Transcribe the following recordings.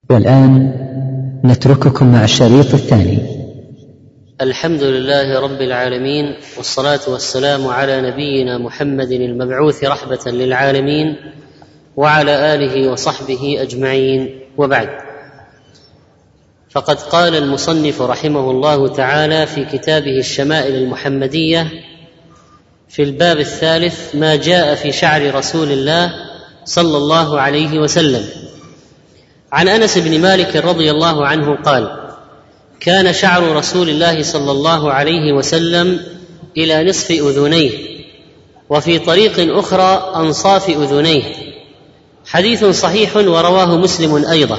والآن نترككم مع الشريط الثاني. الحمد لله رب العالمين، والصلاة والسلام على نبينا محمد المبعوث رحمة للعالمين وعلى آله وصحبه أجمعين، وبعد. فقد قال المصنف رحمه الله تعالى في كتابه الشمائل المحمدية في الباب الثالث: ما جاء في شعر رسول الله صلى الله عليه وسلم. عن أنس بن مالك رضي الله عنه قال: كان شعر رسول الله صلى الله عليه وسلم إلى نصف أذنيه، وفي طريق أخرى أنصاف أذنيه. حديث صحيح ورواه مسلم أيضا.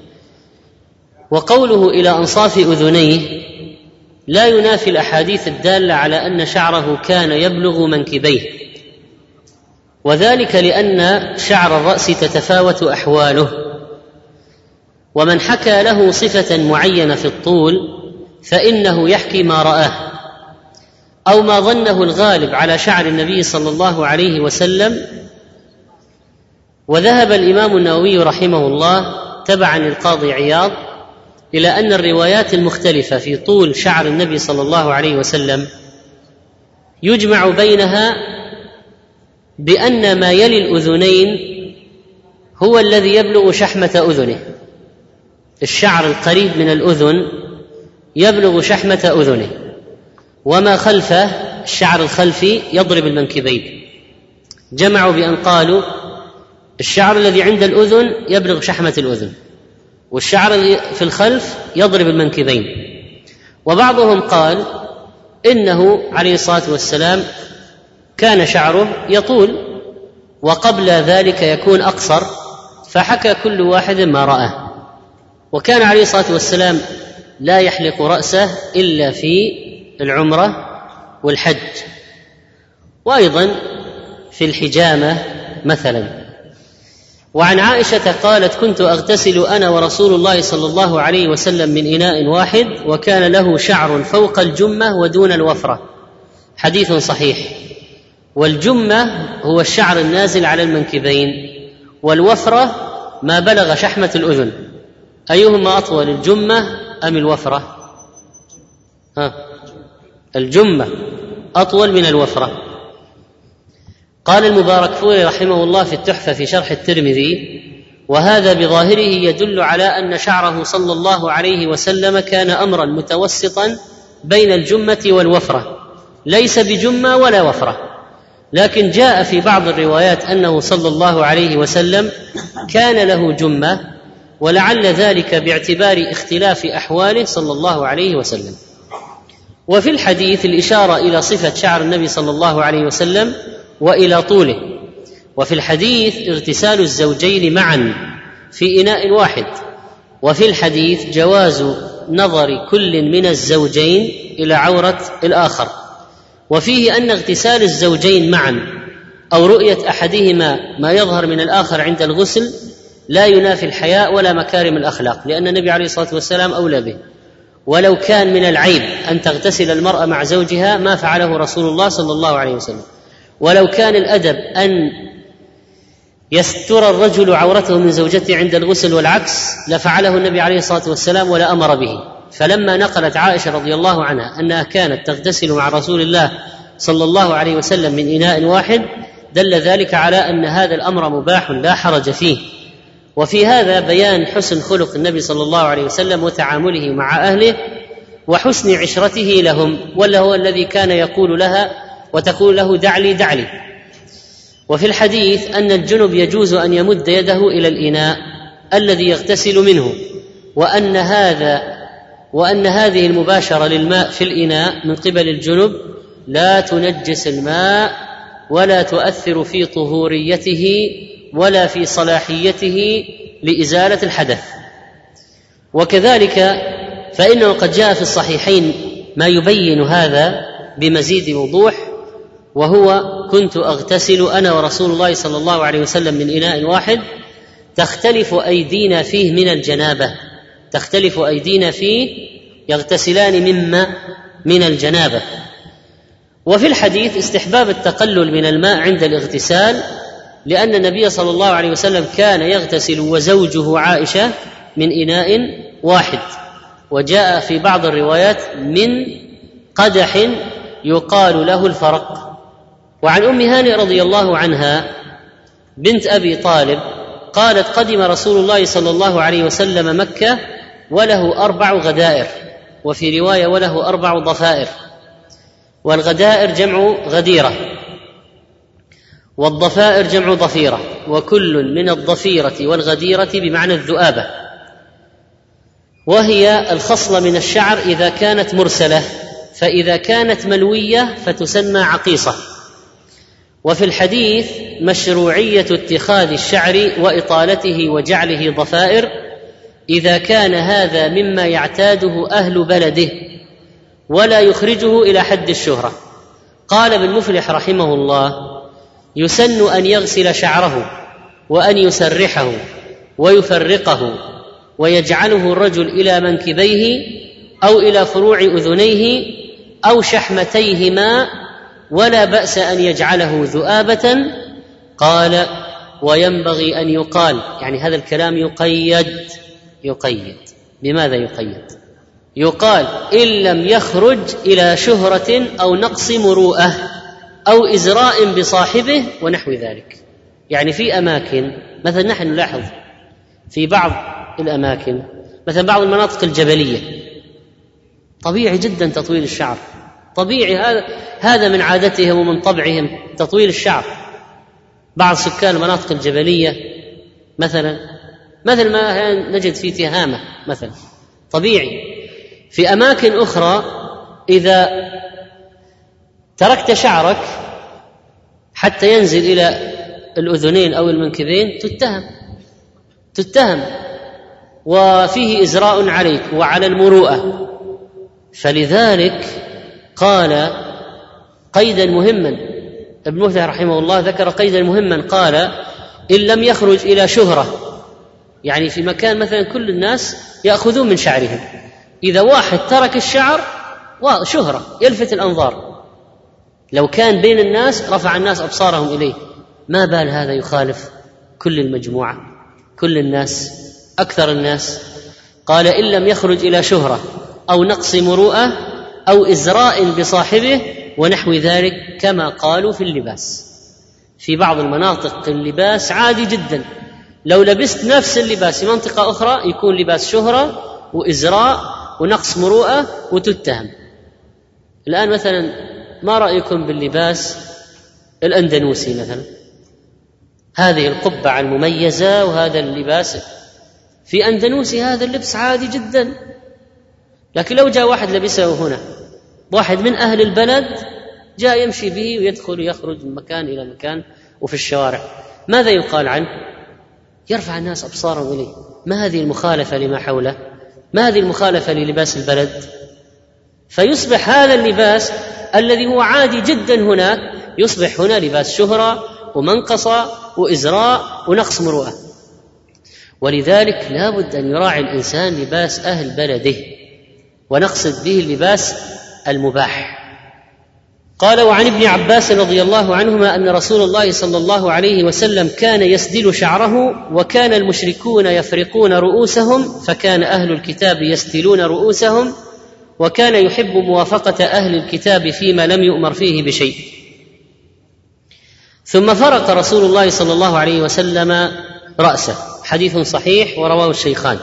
وقوله إلى أنصاف أذنيه لا ينافي الأحاديث الدالة على أن شعره كان يبلغ منكبيه، وذلك لأن شعر الرأس تتفاوت أحواله، ومن حكى له صفة معينة في الطول فإنه يحكي ما رآه أو ما ظنه الغالب على شعر النبي صلى الله عليه وسلم. وذهب الإمام النووي رحمه الله تبعا للقاضي عياض إلى أن الروايات المختلفة في طول شعر النبي صلى الله عليه وسلم يجمع بينها بأن ما يلي الأذنين هو الذي يبلغ شحمة أذنه. الشعر القريب من الأذن يبلغ شحمة أذنه، وما خلفه الشعر الخلفي يضرب المنكبين. جمعوا بأن قالوا الشعر الذي عند الأذن يبلغ شحمة الأذن، والشعر في الخلف يضرب المنكبين. وبعضهم قال إنه عليه الصلاة والسلام كان شعره يطول، وقبل ذلك يكون أقصر، فحكى كل واحد ما رآه. وكان عليه الصلاة والسلام لا يحلق رأسه إلا في العمرة والحج، وأيضا في الحجامة مثلا. وعن عائشة قالت: كنت أغتسل أنا ورسول الله صلى الله عليه وسلم من إناء واحد، وكان له شعر فوق الجمة ودون الوفرة. حديث صحيح. والجمة هو الشعر النازل على المنكبين، والوفرة ما بلغ شحمة الأذن. أيهما أطول، الجمة أم الوفرة؟ الجمة أطول من الوفرة. قال المباركفوري رحمه الله في التحفة في شرح الترمذي: وهذا بظاهره يدل على أن شعره صلى الله عليه وسلم كان أمرا متوسطا بين الجمة والوفرة، ليس بجمة ولا وفرة. لكن جاء في بعض الروايات أنه صلى الله عليه وسلم كان له جمة، ولعل ذلك باعتبار اختلاف أحواله صلى الله عليه وسلم. وفي الحديث الإشارة إلى صفة شعر النبي صلى الله عليه وسلم وإلى طوله. وفي الحديث اغتسال الزوجين معا في إناء واحد. وفي الحديث جواز نظر كل من الزوجين إلى عورة الآخر. وفيه أن اغتسال الزوجين معا أو رؤية أحدهما ما يظهر من الآخر عند الغسل لا ينافي الحياء ولا مكارم الأخلاق، لأن النبي عليه الصلاة والسلام أولى به. ولو كان من العيب أن تغتسل المرأة مع زوجها ما فعله رسول الله صلى الله عليه وسلم. ولو كان الأدب أن يستر الرجل عورته من زوجته عند الغسل والعكس لفعله النبي عليه الصلاة والسلام ولا أمر به. فلما نقلت عائشة رضي الله عنها أنها كانت تغتسل مع رسول الله صلى الله عليه وسلم من إناء واحد دل ذلك على أن هذا الأمر مباح لا حرج فيه. وفي هذا بيان حسن خلق النبي صلى الله عليه وسلم وتعامله مع أهله وحسن عشرته لهم، ولا هو الذي كان يقول لها وتقول له دعلي دعلي. وفي الحديث أن الجنب يجوز أن يمد يده إلى الإناء الذي يغتسل منه، وأن هذه المباشرة للماء في الإناء من قبل الجنب لا تنجس الماء ولا تؤثر في طهوريته ولا في صلاحيته لإزالة الحدث. وكذلك فإنه قد جاء في الصحيحين ما يبين هذا بمزيد وضوح، وهو: كنت أغتسل أنا ورسول الله صلى الله عليه وسلم من إناء واحد تختلف أيدينا فيه من الجنابة. تختلف أيدينا فيه، يغتسلان من الجنابة. وفي الحديث استحباب التقلل من الماء عند الاغتسال، لأن النبي صلى الله عليه وسلم كان يغتسل وزوجه عائشة من إناء واحد. وجاء في بعض الروايات من قدح يقال له الفرق. وعن أم هانئ رضي الله عنها بنت أبي طالب قالت: قدم رسول الله صلى الله عليه وسلم مكة وله 4 غدائر، وفي رواية وله 4 ضفائر. والغدائر جمع غديرة، والضفائر جمع ضفيرة، وكل من الضفيرة والغديرة بمعنى الذؤابة، وهي الخصلة من الشعر إذا كانت مرسلة، فإذا كانت ملوية فتسمى عقيصة. وفي الحديث مشروعية اتخاذ الشعر وإطالته وجعله ضفائر إذا كان هذا مما يعتاده أهل بلده ولا يخرجه إلى حد الشهرة. قال ابن مفلح رحمه الله: يسن أن يغسل شعره وأن يسرحه ويفرقه ويجعله الرجل إلى منكبيه أو إلى فروع أذنيه أو شحمتيهما، ولا بأس أن يجعله ذؤابة. قال: وينبغي أن يقال، يعني هذا الكلام يقيد. بماذا يقيد؟ يقال: إن لم يخرج إلى شهرة أو نقص مروءة أو إزراء بصاحبه ونحو ذلك. يعني في أماكن، مثلا نحن نلاحظ في بعض الأماكن، مثلا بعض المناطق الجبلية طبيعي جدا تطويل الشعر، طبيعي، هذا من عادتهم ومن طبعهم تطويل الشعر. بعض سكان المناطق الجبلية مثل ما نجد في تهامة مثلا طبيعي. في أماكن أخرى إذا تركت شعرك حتى ينزل إلى الأذنين أو المنكبين تتهم وفيه إزراء عليك وعلى المروءة. فلذلك قال قيدا مهما، ابن مفلح رحمه الله ذكر قيدا مهما، قال: إن لم يخرج إلى شهرة، يعني في مكان مثلا كل الناس يأخذون من شعرهم، إذا واحد ترك الشعر شهرة يلفت الأنظار، لو كان بين الناس رفع الناس أبصارهم إليه، ما بال هذا يخالف كل المجموعة، كل الناس، أكثر الناس. قال: إن لم يخرج إلى شهرة أو نقص مروءة أو إزراء بصاحبه ونحو ذلك، كما قالوا في اللباس. في بعض المناطق اللباس عادي جدا، لو لبست نفس اللباس في منطقة أخرى يكون لباس شهرة وإزراء ونقص مروءة وتتهم. الآن مثلا ما رأيكم باللباس الأندنوسي مثلا؟ هذه القبعة المميزة وهذا اللباس في أندنوسي، هذا اللبس عادي جدا، لكن لو جاء واحد لبسه هنا، واحد من أهل البلد جاء يمشي به ويدخل ويخرج من مكان إلى مكان وفي الشوارع، ماذا يقال عنه؟ يرفع الناس أبصارهم إليه. ما هذه المخالفة لما حوله؟ ما هذه المخالفة للباس البلد؟ فيصبح هذا اللباس الذي هو عادي جدا هناك يصبح هنا لباس شهرة ومنقصة وإزراء ونقص مروءة. ولذلك لا بد أن يراعي الإنسان لباس أهل بلده، ونقصد به اللباس المباح. قال: وعن ابن عباس رضي الله عنهما أن رسول الله صلى الله عليه وسلم كان يسدل شعره، وكان المشركون يفرقون رؤوسهم، فكان أهل الكتاب يسدلون رؤوسهم، وكان يحب موافقة أهل الكتاب فيما لم يؤمر فيه بشيء. ثم فرق رسول الله صلى الله عليه وسلم رأسه. حديث صحيح ورواه الشيخان.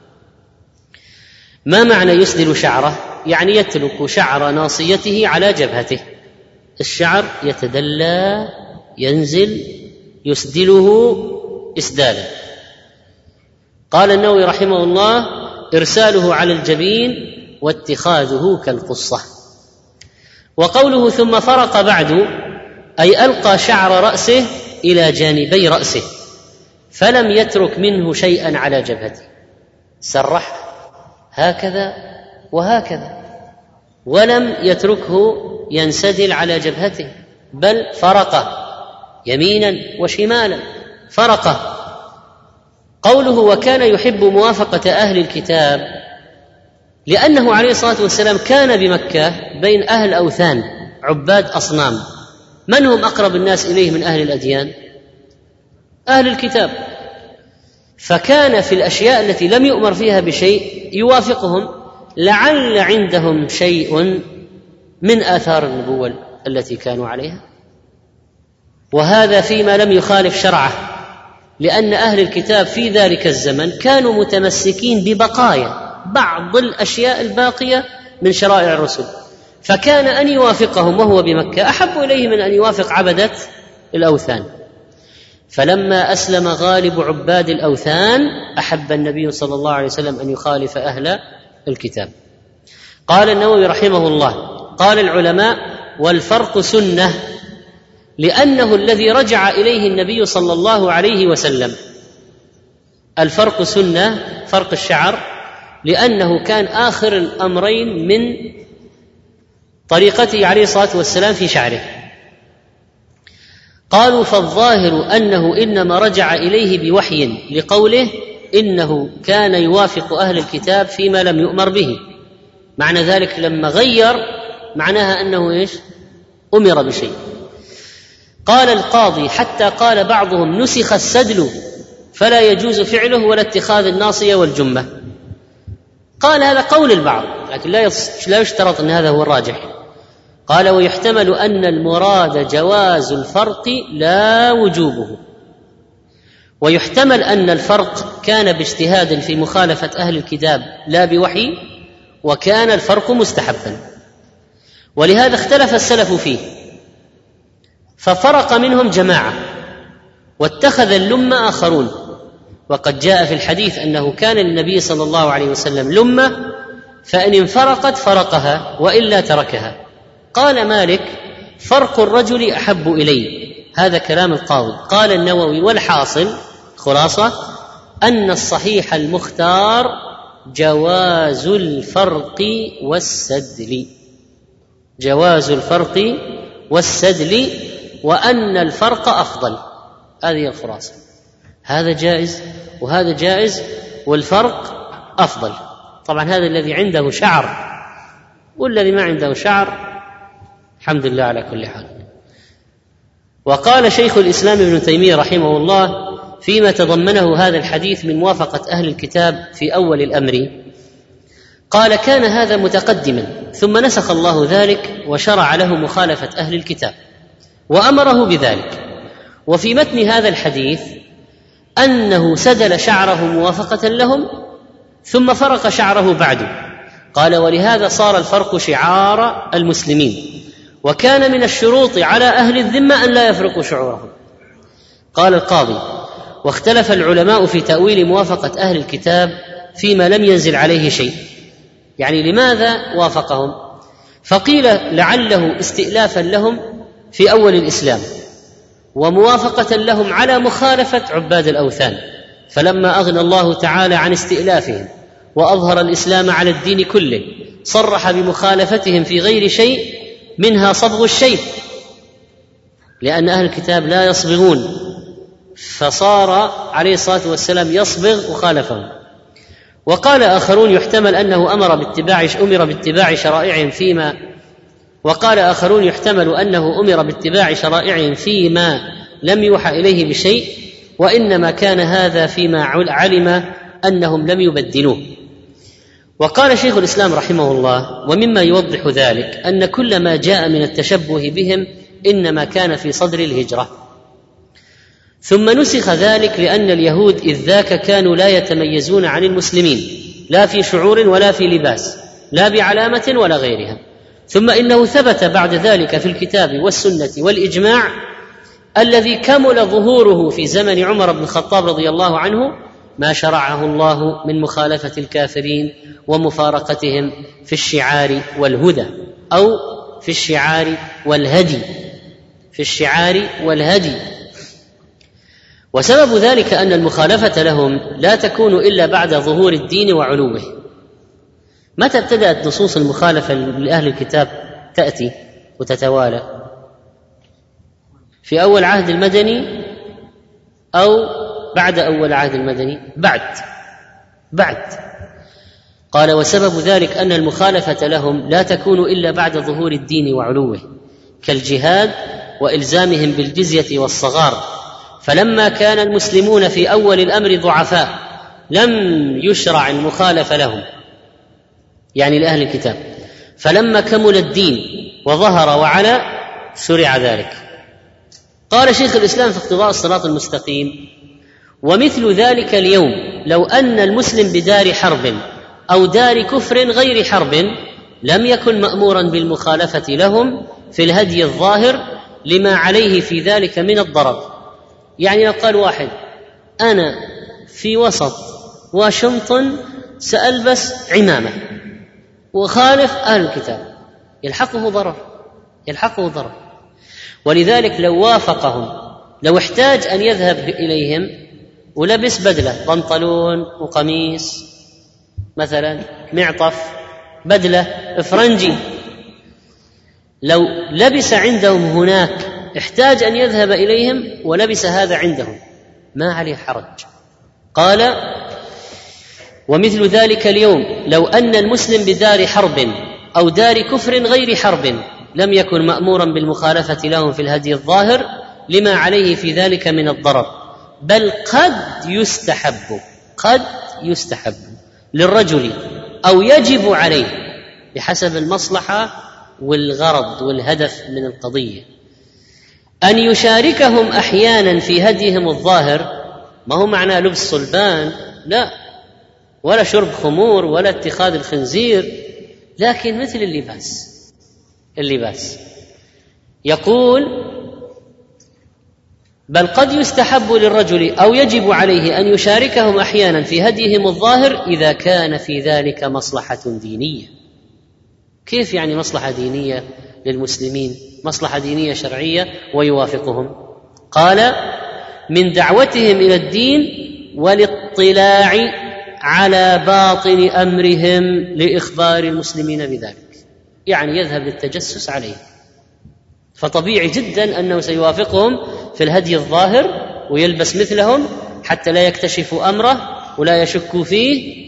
ما معنى يسدل شعره؟ يعني يترك شعر ناصيته على جبهته، الشعر يتدلى ينزل، يسدله إسدالا. قال النووي رحمه الله: إرساله على الجبين واتخاذه كالقصة. وقوله ثم فرق بعد، أي ألقى شعر رأسه إلى جانبي رأسه، فلم يترك منه شيئا على جبهته، سرح هكذا وهكذا، ولم يتركه ينسدل على جبهته، بل فرقه يمينا وشمالا، فرقه. قوله وكان يحب موافقة أهل الكتاب، لأنه عليه الصلاة والسلام كان بمكة بين أهل أوثان عباد أصنام. من هم أقرب الناس إليه من أهل الأديان؟ أهل الكتاب. فكان في الأشياء التي لم يؤمر فيها بشيء يوافقهم، لعل عندهم شيء من آثار النبوة التي كانوا عليها، وهذا فيما لم يخالف شرعه، لأن أهل الكتاب في ذلك الزمن كانوا متمسكين ببقايا بعض الأشياء الباقية من شرائع الرسل، فكان أن يوافقهم وهو بمكة أحب إليه من أن يوافق عبدة الأوثان. فلما أسلم غالب عباد الأوثان أحب النبي صلى الله عليه وسلم أن يخالف أهل الكتاب. قال النووي رحمه الله: قال العلماء: والفرق سنة، لأنه الذي رجع إليه النبي صلى الله عليه وسلم. الفرق سنة، فرق الشعر، لأنه كان آخر الأمرين من طريقته عليه الصلاة والسلام في شعره. قالوا: فالظاهر أنه إنما رجع إليه بوحي، لقوله: إنه كان يوافق أهل الكتاب فيما لم يؤمر به. معنى ذلك لما غير معناها أنه إيش؟ أمر بشيء. قال القاضي: حتى قال بعضهم: نسخ السدل فلا يجوز فعله ولا اتخاذ الناصية والجمة. قال هذا قول البعض، لكن لا يشترط أن هذا هو الراجح. قال: ويحتمل أن المراد جواز الفرق لا وجوبه، ويحتمل أن الفرق كان باجتهاد في مخالفة أهل الكتاب لا بوحي، وكان الفرق مستحبا، ولهذا اختلف السلف فيه، ففرق منهم جماعة واتخذ اللمة آخرون. وقد جاء في الحديث أنه كان للنبي صلى الله عليه وسلم لمة، فإن انفرقت فرقها وإلا تركها. قال مالك: فرق الرجل أحب إلي. هذا كلام القاضي. قال النووي: والحاصل خلاصة أن الصحيح المختار جواز الفرق والسدل، جواز الفرق والسدل، وأن الفرق أفضل. هذه الخلاصة، هذا جائز وهذا جائز والفرق أفضل. طبعا هذا الذي عنده شعر، والذي ما عنده شعر الحمد لله على كل حال. وقال شيخ الإسلام ابن تيمية رحمه الله فيما تضمنه هذا الحديث من موافقة أهل الكتاب في أول الأمر، قال: كان هذا متقدما، ثم نسخ الله ذلك وشرع له مخالفة أهل الكتاب وأمره بذلك. وفي متن هذا الحديث أنه سدل شعره موافقة لهم ثم فرق شعره بعده. قال: ولهذا صار الفرق شعار المسلمين، وكان من الشروط على أهل الذمة أن لا يفرقوا شعورهم. قال القاضي: واختلف العلماء في تأويل موافقة أهل الكتاب فيما لم ينزل عليه شيء، يعني لماذا وافقهم؟ فقيل لعله استئلافا لهم في أول الإسلام، وموافقة لهم على مخالفة عباد الأوثان، فلما أغنى الله تعالى عن استئلافهم وأظهر الإسلام على الدين كله صرح بمخالفتهم في غير شيء، منها صبغ الشيب، لأن أهل الكتاب لا يصبغون، فصار عليه الصلاة والسلام يصبغ وخالفهم. وقال آخرون: يحتمل أنه أمر باتباع شرائعهم فيما لم يوحى إليه بشيء، وإنما كان هذا فيما علم أنهم لم يبدلوه. وقال شيخ الإسلام رحمه الله: ومما يوضح ذلك أن كل ما جاء من التشبه بهم إنما كان في صدر الهجرة، ثم نسخ ذلك لأن اليهود إذ ذاك كانوا لا يتميزون عن المسلمين، لا في شعور ولا في لباس، لا بعلامة ولا غيرها. ثم إنه ثبت بعد ذلك في الكتاب والسنة والإجماع الذي كمل ظهوره في زمن عمر بن الخطاب رضي الله عنه ما شرعه الله من مخالفة الكافرين ومفارقتهم في الشعار والهدى، أو في الشعار والهدي. وسبب ذلك أن المخالفة لهم لا تكون إلا بعد ظهور الدين وعلوه. متى ابتدأت نصوص المخالفة لأهل الكتاب تأتي وتتوالى؟ في أول عهد المدني أو بعد أول عهد المدني؟ بعد. قال: وسبب ذلك أن المخالفة لهم لا تكون إلا بعد ظهور الدين وعلوه، كالجهاد وإلزامهم بالجزية والصغار، فلما كان المسلمون في أول الأمر ضعفاء لم يشرع المخالفة لهم، يعني لأهل الكتاب، فلما كمل الدين وظهر وعلى شرع ذلك. قال شيخ الإسلام في اقتضاء الصراط المستقيم: ومثل ذلك اليوم لو أن المسلم بدار حرب أو دار كفر غير حرب لم يكن مأمورا بالمخالفة لهم في الهدي الظاهر لما عليه في ذلك من الضرر. يعني لو قال واحد: أنا في وسط واشنطن سألبس عمامة وخالف أهل الكتاب، يلحقه ضرر. ولذلك لو وافقهم، لو احتاج أن يذهب إليهم ولبس بدلة، بنطلون وقميص مثلا، معطف، بدلة فرنجي، لو لبس عندهم هناك احتاج أن يذهب إليهم ولبس هذا عندهم ما عليه حرج. قال: ومثل ذلك اليوم لو أن المسلم بدار حرب أو دار كفر غير حرب لم يكن مأمورا بالمخالفة لهم في الهدي الظاهر لما عليه في ذلك من الضرر، بل قد يستحب للرجل أو يجب عليه بحسب المصلحة والغرض والهدف من القضية أن يشاركهم أحيانا في هديهم الظاهر. ما هو معناه لبس صلبان، لا، ولا شرب خمور، ولا اتخاذ الخنزير، لكن مثل اللباس. يقول: بل قد يستحب للرجل أو يجب عليه أن يشاركهم أحيانا في هديهم الظاهر إذا كان في ذلك مصلحة دينية. كيف يعني مصلحة دينية للمسلمين؟ مصلحة دينية شرعية ويوافقهم. قال: من دعوتهم إلى الدين والاطلاع على باطن أمرهم لإخبار المسلمين بذلك، يعني يذهب للتجسس عليه، فطبيعي جدا أنه سيوافقهم في الهدي الظاهر ويلبس مثلهم حتى لا يكتشفوا أمره ولا يشكوا فيه.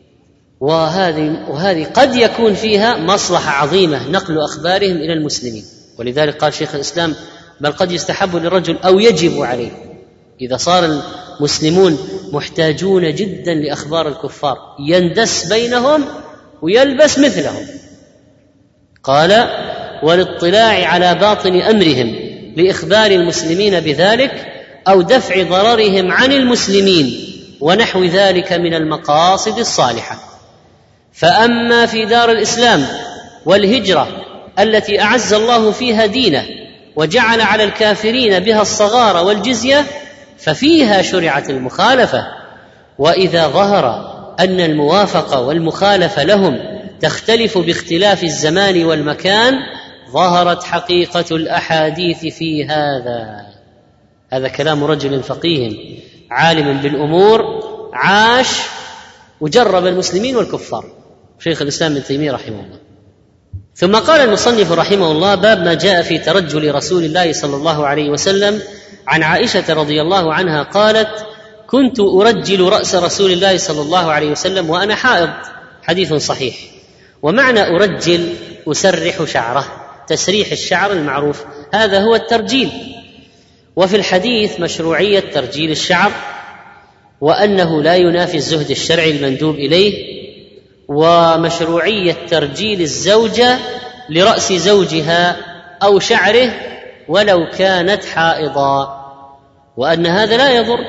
وهذه قد يكون فيها مصلحة عظيمة، نقل أخبارهم إلى المسلمين. ولذلك قال شيخ الإسلام: بل قد يستحب للرجل أو يجب عليه، إذا صار المسلمون محتاجون جدا لأخبار الكفار يندس بينهم ويلبس مثلهم. قال: والاطلاع على باطن أمرهم لإخبار المسلمين بذلك أو دفع ضررهم عن المسلمين ونحو ذلك من المقاصد الصالحة. فأما في دار الإسلام والهجرة التي أعز الله فيها دينه وجعل على الكافرين بها الصغار والجزية ففيها شرعت المخالفة. وإذا ظهر أن الموافقة والمخالفة لهم تختلف باختلاف الزمان والمكان ظهرت حقيقة الأحاديث في هذا كلام رجل فقيه عالم بالأمور عاش وجرب المسلمين والكفار، شيخ الإسلام ابن تيمية رحمه الله. ثم قال المصنف رحمه الله: باب ما جاء في ترجل رسول الله صلى الله عليه وسلم. عن عائشة رضي الله عنها قالت: كنت أرجل رأس رسول الله صلى الله عليه وسلم وأنا حائض. حديث صحيح. ومعنى أرجل أسرح شعره، تسريح الشعر المعروف، هذا هو الترجيل. وفي الحديث مشروعية ترجيل الشعر، وأنه لا ينافي الزهد الشرعي المندوب إليه، ومشروعية ترجيل الزوجة لرأس زوجها أو شعره ولو كانت حائضا، وأن هذا لا يضر.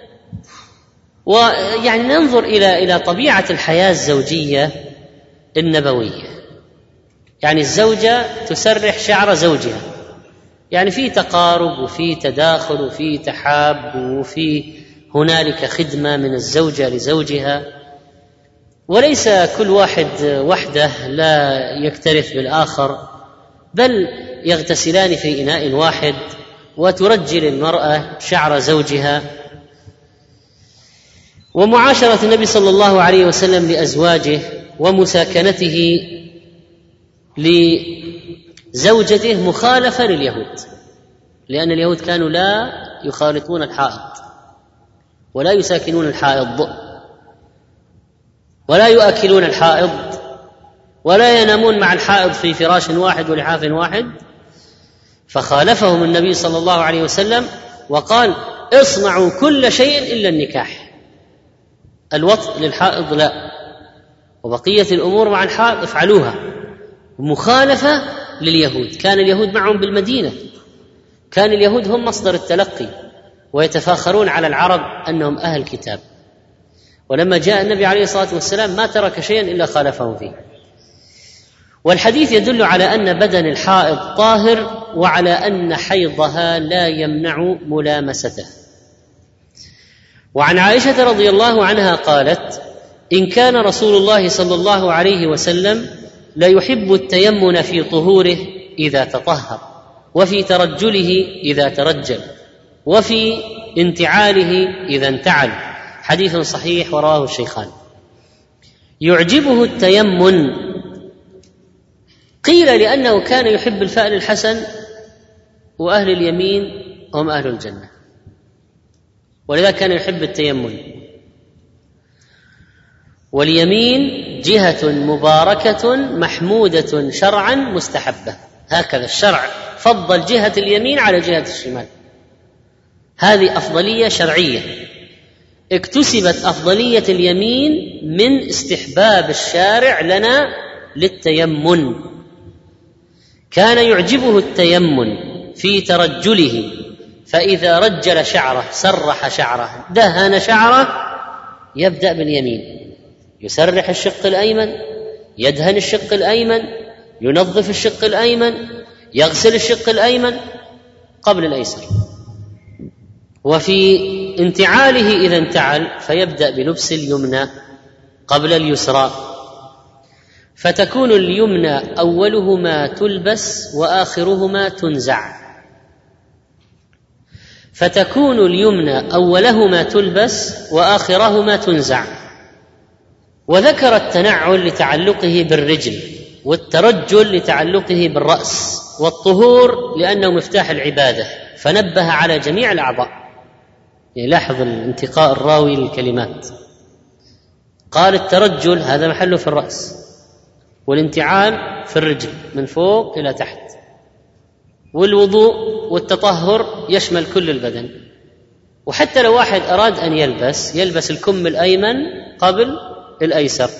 ويعني ننظر إلى طبيعة الحياة الزوجية النبوية، يعني الزوجة تسرح شعر زوجها، يعني في تقارب وفي تداخل وفي تحاب وفي هنالك خدمة من الزوجة لزوجها، وليس كل واحد وحده لا يكترث بالآخر، بل يغتسلان في إناء واحد وترجل المرأة شعر زوجها. ومعاشرة النبي صلى الله عليه وسلم لأزواجه ومساكنته لزوجته مخالفة لليهود، لأن اليهود كانوا لا يخالطون الحائض ولا يساكنون الحائض ولا يؤكلون الحائض ولا ينامون مع الحائض في فراش واحد ولحاف واحد. فخالفهم النبي صلى الله عليه وسلم وقال: اصنعوا كل شيء إلا النكاح، الوطء للحائض لا، وبقية الأمور مع الحائض افعلوها. مخالفة لليهود، كان اليهود معهم بالمدينة، كان اليهود هم مصدر التلقي ويتفاخرون على العرب أنهم أهل كتاب، ولما جاء النبي عليه الصلاة والسلام ما ترك شيئا إلا خالفهم فيه. والحديث يدل على أن بدن الحائض طاهر، وعلى أن حيضها لا يمنع ملامسته. وعن عائشة رضي الله عنها قالت: إن كان رسول الله صلى الله عليه وسلم لا يحب التيمن في طهوره إذا تطهر، وفي ترجله إذا ترجل، وفي انتعاله إذا انتعل. حديث صحيح ورواه الشيخان. يعجبه التيمن، قيل لأنه كان يحب الفأل الحسن، وأهل اليمين هم أهل الجنة، ولذا كان يحب التيمن. واليمين جهة مباركة محمودة شرعا مستحبة، هكذا الشرع فضل جهة اليمين على جهة الشمال، هذه أفضلية شرعية. اكتسبت أفضلية اليمين من استحباب الشارع لنا للتيمن. كان يعجبه التيمن في ترجله، فإذا رجل شعره، سرح شعره، دهن شعره، يبدأ باليمين، يسرح الشق الأيمن، يدهن الشق الأيمن، ينظف الشق الأيمن، يغسل الشق الأيمن قبل الأيسر. وفي انتعاله إذا انتعل فيبدأ بلبس اليمنى قبل اليسرى، فتكون اليمنى أولهما تلبس وآخرهما تنزع، فتكون اليمنى أولهما تلبس وآخرهما تنزع. وذكر التنعل لتعلقه بالرجل، والترجل لتعلقه بالرأس، والطهور لأنه مفتاح العبادة، فنبه على جميع الأعضاء. لاحظ الانتقاء الراوي للكلمات، قال الترجل هذا محله في الرأس، والانتعال في الرجل من فوق إلى تحت، والوضوء والتطهر يشمل كل البدن. وحتى لو واحد أراد أن يلبس الكم الأيمن قبل الأيسر.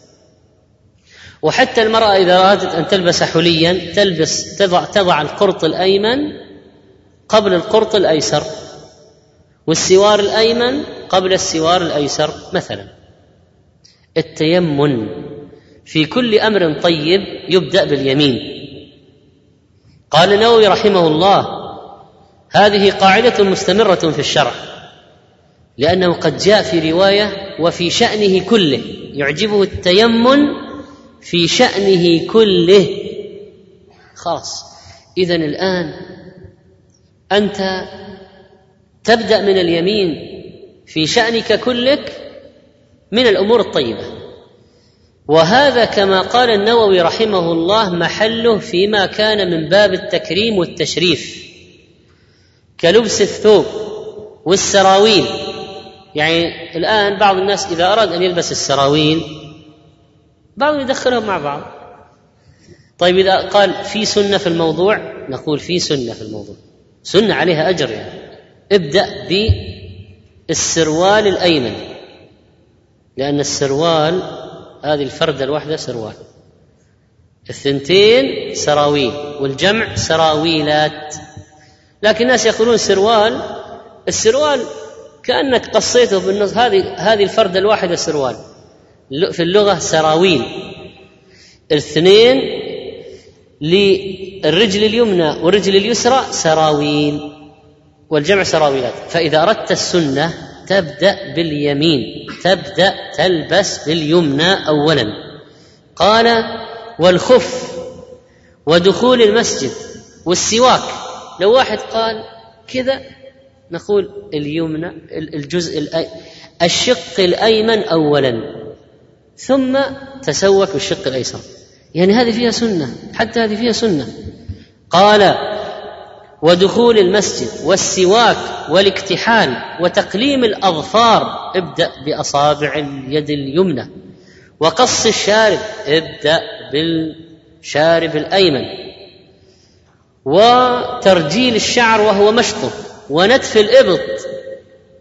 وحتى المرأة إذا أرادت أن تلبس حليا تضع القرط الأيمن قبل القرط الأيسر، والسوار الأيمن قبل السوار الأيسر مثلا. التيمن في كل أمر طيب يبدأ باليمين. قال النووي رحمه الله: هذه قاعدة مستمرة في الشرع، لأنه قد جاء في رواية: وفي شأنه كله، يعجبه التيمن في شأنه كله. خلاص، إذن الآن أنت تبدأ من اليمين في شأنك كلك من الأمور الطيبة. وهذا كما قال النووي رحمه الله محله فيما كان من باب التكريم والتشريف، كلبس الثوب والسراويل. يعني الآن بعض الناس إذا أراد أن يلبس السراويل بعضهم يدخلهم مع بعض. طيب إذا قال في سنة في الموضوع، نقول في سنة في الموضوع، سنة عليها أجر. يعني ابدأ بالسروال الأيمن، لأن السروال هذه الفردة الواحدة سروال، الثنتين سراويل، والجمع سراويلات. لكن الناس يقولون سروال، السروال كأنك قصيته بالنص، هذه الفردة الواحدة سروال، في اللغة سراويل. الاثنين للرجل اليمنى والرجل اليسرى سراويل، والجمع سراويلات. فإذا أردت السنة تبدأ باليمين، تبدأ تلبس باليمنى أولا. قال: والخف ودخول المسجد والسواك. لو واحد قال كذا نقول اليمنى الشق الأيمن أولا، ثم تسوك بالشق الأيسر. يعني هذه فيها سنة، حتى هذه فيها سنة. قال: ودخول المسجد والسواك والاكتحال وتقليم الأظفار، ابدأ بأصابع اليد اليمنى. وقص الشارب، ابدأ بالشارب الأيمن. وترجيل الشعر وهو مشطه، ونتف الإبط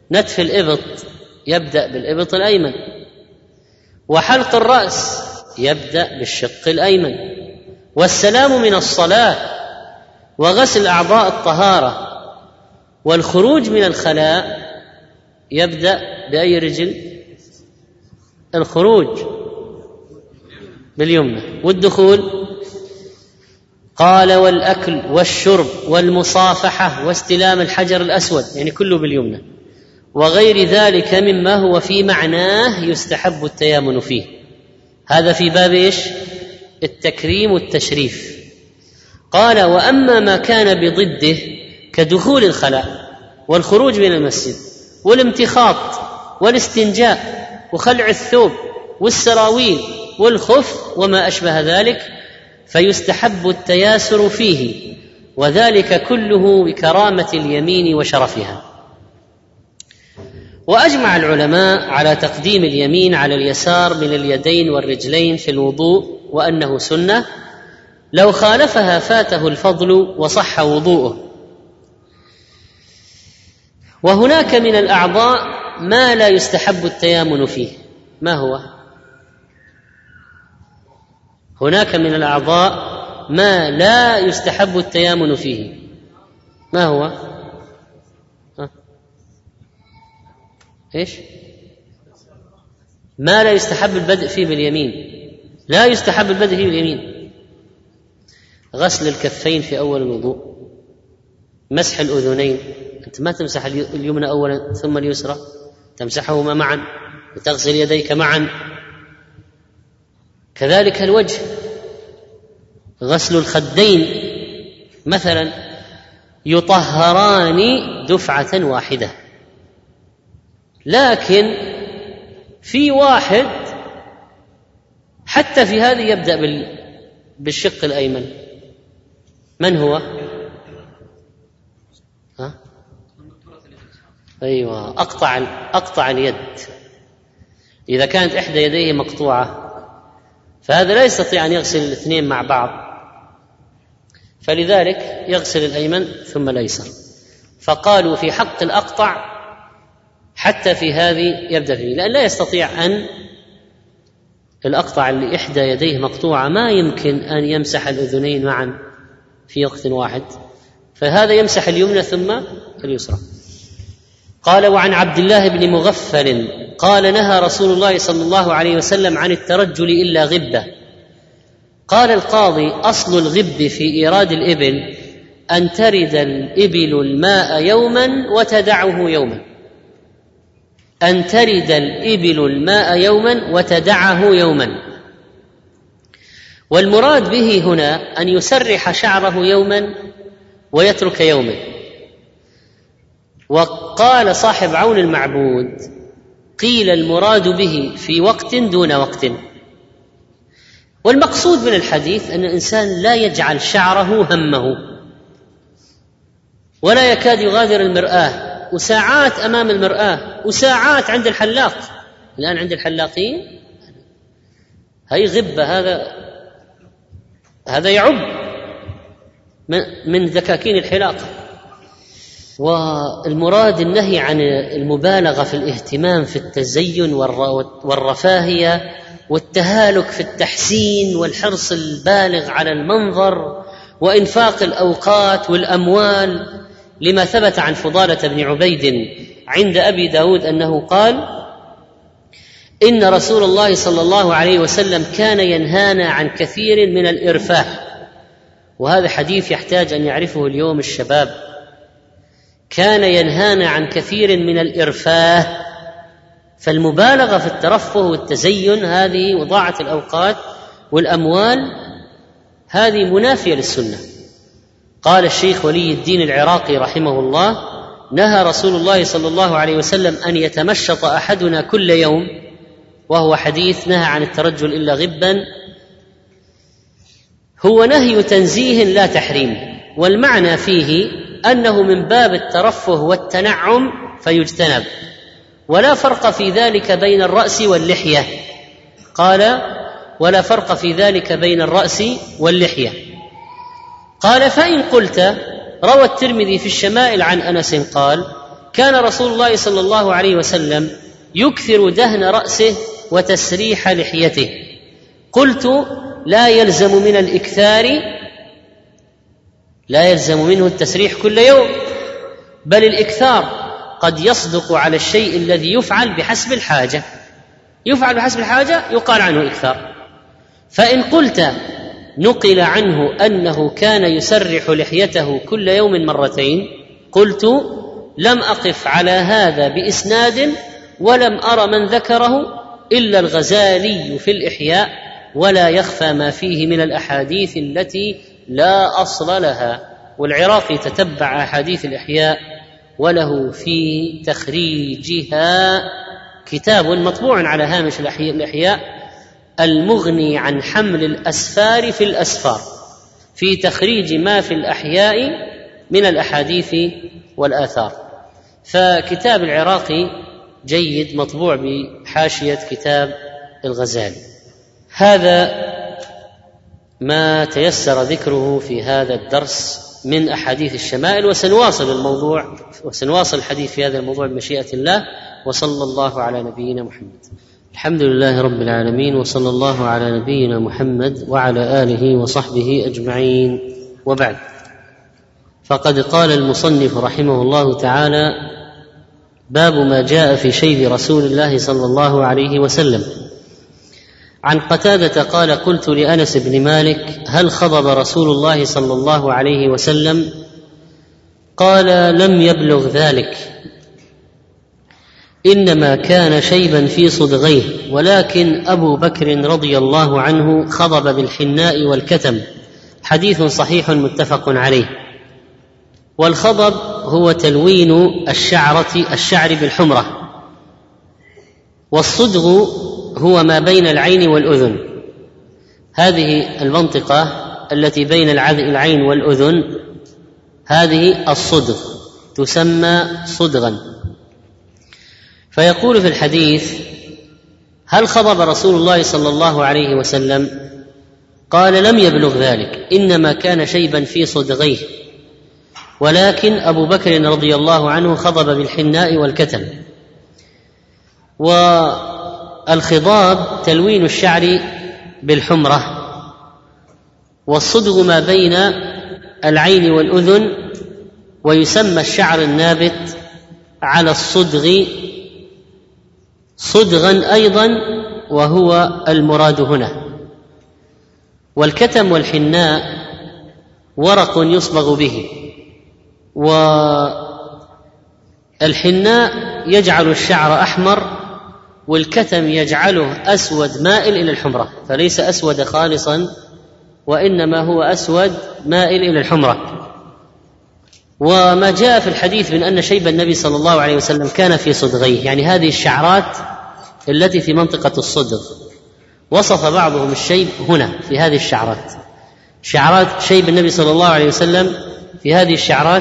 نتف الإبط يبدأ بالإبط الأيمن، وحلق الرأس يبدأ بالشق الأيمن، والسلام من الصلاة، وغسل أعضاء الطهارة، والخروج من الخلاء يبدأ بأي رجل؟ الخروج باليمنى، والدخول قال والأكل والشرب والمصافحة واستلام الحجر الأسود، يعني كله باليمنى، وغير ذلك مما هو في معناه يستحب التيامن فيه. هذا في باب ايش؟ التكريم والتشريف. قال وأما ما كان بضده كدخول الخلاء والخروج من المسجد والامتخاط والاستنجاء وخلع الثوب والسراويل والخف وما أشبه ذلك فيستحب التياسر فيه، وذلك كله بكرامة اليمين وشرفها. وأجمع العلماء على تقديم اليمين على اليسار من اليدين والرجلين في الوضوء، وأنه سنة، لو خالفها فاته الفضل وصح وضوءه. وهناك من الأعضاء ما لا يستحب التيامن فيه. ما هو؟ هناك من الأعضاء ما لا يستحب التيامن فيه. ما هو؟ ايش؟ ما لا يستحب البدء فيه باليمين، لا يستحب البدء فيه باليمين: غسل الكفين في أول الوضوء، مسح الأذنين، أنت ما تمسح اليمنى أولا ثم اليسرى، تمسحهما معا وتغسل يديك معا. كذلك الوجه، غسل الخدين مثلا، يطهران دفعة واحدة. لكن في واحد حتى في هذه يبدأ بالشق الأيمن. من هو؟ أيوة، أقطع اليد. إذا كانت إحدى يديه مقطوعة فهذا لا يستطيع أن يغسل الاثنين مع بعض، فلذلك يغسل الأيمن ثم الأيسر. فقالوا في حق الأقطع حتى في هذه يبدأ فيه، لأن لا يستطيع أن الأقطع اللي إحدى يديه مقطوعة ما يمكن أن يمسح الأذنين معا في وقت واحد، فهذا يمسح اليمنى ثم اليسرى. قال وعن عبد الله بن مغفل قال نهى رسول الله صلى الله عليه وسلم عن الترجل إلا غبة. قال القاضي أصل الغب في إيراد الإبل أن ترد الإبل الماء يوما وتدعه يوما، أن ترد الإبل الماء يوما وتدعه يوما. والمراد به هنا أن يسرح شعره يوما ويترك يوما. وقال صاحب عون المعبود قيل المراد به في وقت دون وقت. والمقصود من الحديث أن الإنسان لا يجعل شعره همه، ولا يكاد يغادر المرآة، وساعات أمام المرآة وساعات عند الحلاق. الآن عند الحلاقين هي غبة، هذا يعب من ذكاكين الحلاقة. والمراد النهي عن المبالغة في الاهتمام في التزين والرفاهية والتهالك في التحسين والحرص البالغ على المنظر وإنفاق الأوقات والأموال، لما ثبت عن فضالة بن عبيد عند أبي داود أنه قال إن رسول الله صلى الله عليه وسلم كان ينهانا عن كثير من الإرفاه. وهذا حديث يحتاج أن يعرفه اليوم الشباب. كان ينهانا عن كثير من الإرفاه، فالمبالغة في الترفه والتزين هذه وضاعة الأوقات والأموال هذه منافية للسنة. قال الشيخ ولي الدين العراقي رحمه الله نهى رسول الله صلى الله عليه وسلم أن يتمشط أحدنا كل يوم، وهو حديث نهى عن الترجل إلا غبا، هو نهي تنزيه لا تحريم، والمعنى فيه أنه من باب الترفه والتنعم فيجتنب، ولا فرق في ذلك بين الرأس واللحية. قال ولا فرق في ذلك بين الرأس واللحية. قال فإن قلت روى الترمذي في الشمائل عن أنس قال كان رسول الله صلى الله عليه وسلم يكثر دهن رأسه وتسريح لحيته. قلت: لا يلزم من الإكثار، لا يلزم منه التسريح كل يوم، بل الإكثار قد يصدق على الشيء الذي يفعل بحسب الحاجة، يفعل بحسب الحاجة يقال عنه إكثار. فإن قلت نقل عنه أنه كان يسرح لحيته كل يوم مرتين، قلت: لم أقف على هذا بإسناد ولم أر من ذكره إلا الغزالي في الإحياء، ولا يخفى ما فيه من الأحاديث التي لا أصل لها. والعراقي تتبع أحاديث الإحياء وله في تخريجها كتاب مطبوع على هامش الإحياء: المغني عن حمل الأسفار في الأسفار، في تخريج ما في الأحياء من الأحاديث والآثار. فكتاب العراقي جيد، مطبوع بحاشية كتاب الغزالي. هذا ما تيسر ذكره في هذا الدرس من أحاديث الشمائل، وسنواصل الحديث في هذا الموضوع بمشيئة الله. وصلى الله على نبينا محمد. الحمد لله رب العالمين، وصلى الله على نبينا محمد وعلى آله وصحبه أجمعين، وبعد. فقد قال المصنف رحمه الله تعالى: باب ما جاء في شيب رسول الله صلى الله عليه وسلم. عن قتادة قال: قلت لأنس بن مالك: هل خضب رسول الله صلى الله عليه وسلم؟ قال: لم يبلغ ذلك، إنما كان شيبا في صدغيه، ولكن أبو بكر رضي الله عنه خضب بالحناء والكتم. حديث صحيح متفق عليه. والخضب هو تلوين الشعر بالحمرة، والصدغ هو ما بين العين والأذن. هذه المنطقة التي بين العين والأذن هذه الصدغ تسمى صدغا. فيقول في الحديث: هل خضب رسول الله صلى الله عليه وسلم؟ قال: لم يبلغ ذلك، إنما كان شيبا في صدغيه، ولكن أبو بكر رضي الله عنه خضب بالحناء والكتم. والخضاب تلوين الشعر بالحمرة، والصدغ ما بين العين والأذن، ويسمى الشعر النابت على الصدغ صدغا أيضا، وهو المراد هنا. والكتم والحناء ورق يصبغ به، والحناء يجعل الشعر أحمر، والكتم يجعله أسود مائل إلى الحمرة، فليس أسود خالصا، وإنما هو أسود مائل إلى الحمرة. وما جاء في الحديث من أن شيب النبي صلى الله عليه وسلم كان في صدغيه، يعني هذه الشعرات التي في منطقة الصدغ، وصف بعضهم الشيب هنا في هذه الشعرات، شعرات شيب النبي صلى الله عليه وسلم في هذه الشعرات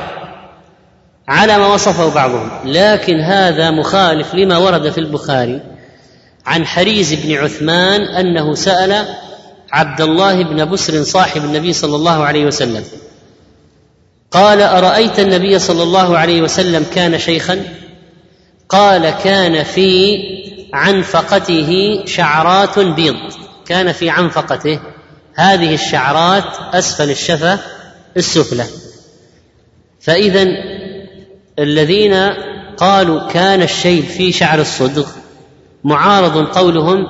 على ما وصفه بعضهم. لكن هذا مخالف لما ورد في البخاري عن حريز بن عثمان أنه سأل عبد الله بن بسر صاحب النبي صلى الله عليه وسلم، قال: أرأيت النبي صلى الله عليه وسلم كان شيخا؟ قال: كان في عنفقته شعرات بيض. كان في عنفقته هذه الشعرات أسفل الشفة السفلى. فإذا الذين قالوا كان الشيب في شعر الصدغ معارض قولهم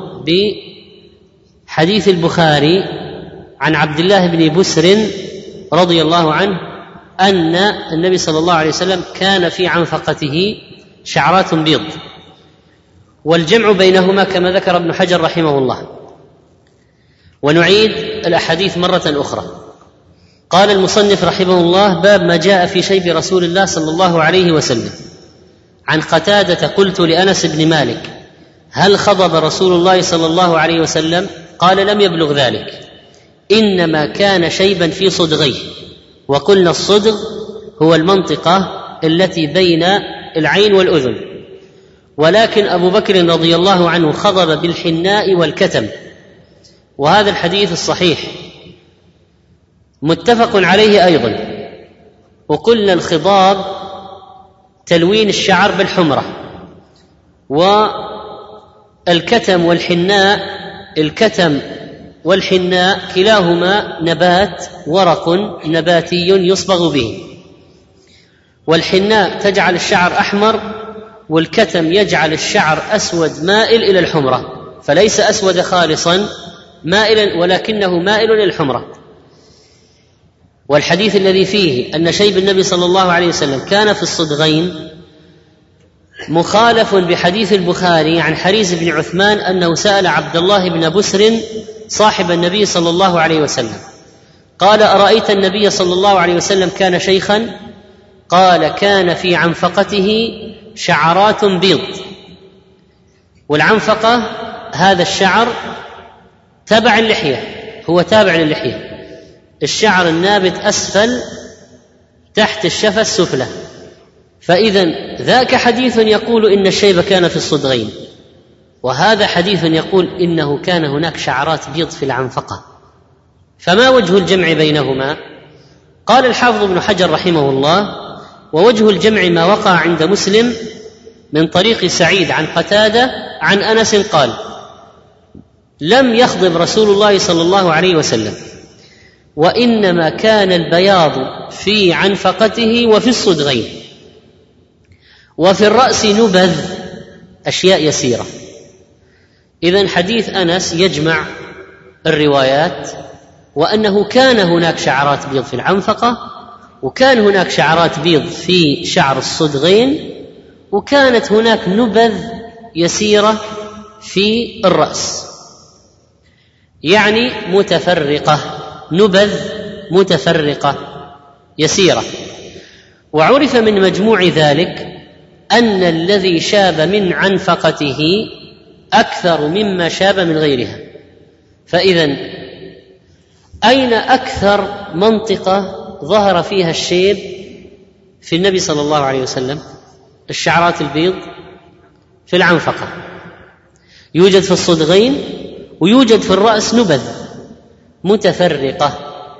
بحديث البخاري عن عبد الله بن بسر رضي الله عنه أن النبي صلى الله عليه وسلم كان في عنفقته شعرات بيض. والجمع بينهما كما ذكر ابن حجر رحمه الله. ونعيد الأحاديث مرة أخرى. قال المصنف رحمه الله: باب ما جاء في شيب رسول الله صلى الله عليه وسلم. عن قتادة: قلت لأنس بن مالك: هل خضب رسول الله صلى الله عليه وسلم؟ قال: لم يبلغ ذلك، إنما كان شيبا في صدغيه. وقلنا الصدغ هو المنطقة التي بين العين والأذن. ولكن أبو بكر رضي الله عنه خضب بالحناء والكتم. وهذا الحديث الصحيح متفق عليه أيضا. وقلنا الخضاب تلوين الشعر بالحمرة. والكتم والحناء، الكتم والحناء كلاهما نبات، ورق نباتي يصبغ به، والحناء تجعل الشعر أحمر، والكتم يجعل الشعر أسود مائل إلى الحمرة، فليس أسود خالصا مائلا ولكنه مائل إلى الحمرة. والحديث الذي فيه أن شيب النبي صلى الله عليه وسلم كان في الصدغين مخالف بحديث البخاري عن حريز بن عثمان أنه سأل عبد الله بن بسر صاحب النبي صلى الله عليه وسلم قال: أرأيت النبي صلى الله عليه وسلم كان شيخا؟ قال: كان في عنفقته شعرات بيض. والعنفقة هذا الشعر تبع اللحية، هو تابع للحية، الشعر النابت أسفل تحت الشفة السفلى. فإذا ذاك حديث يقول إن الشيب كان في الصدغين، وهذا حديث يقول إنه كان هناك شعرات بيض في العنفقة، فما وجه الجمع بينهما؟ قال الحافظ ابن حجر رحمه الله: ووجه الجمع ما وقع عند مسلم من طريق سعيد عن قتادة عن أنس قال: لم يخضب رسول الله صلى الله عليه وسلم، وإنما كان البياض في عنفقته وفي الصدغين، وفي الرأس نبذ، أشياء يسيرة. إذن حديث أنس يجمع الروايات، وأنه كان هناك شعرات بيض في العنفقة، وكان هناك شعرات بيض في شعر الصدغين، وكانت هناك نبذ يسيرة في الرأس، يعني متفرقة، نبذ متفرقة يسيرة. وعرف من مجموع ذلك أن الذي شاب من عنفقته أكثر مما شاب من غيرها. فإذن أين أكثر منطقة ظهر فيها الشيب في النبي صلى الله عليه وسلم؟ الشعرات البيض في العنفقة، يوجد في الصدغين، ويوجد في الرأس نبذ متفرقة.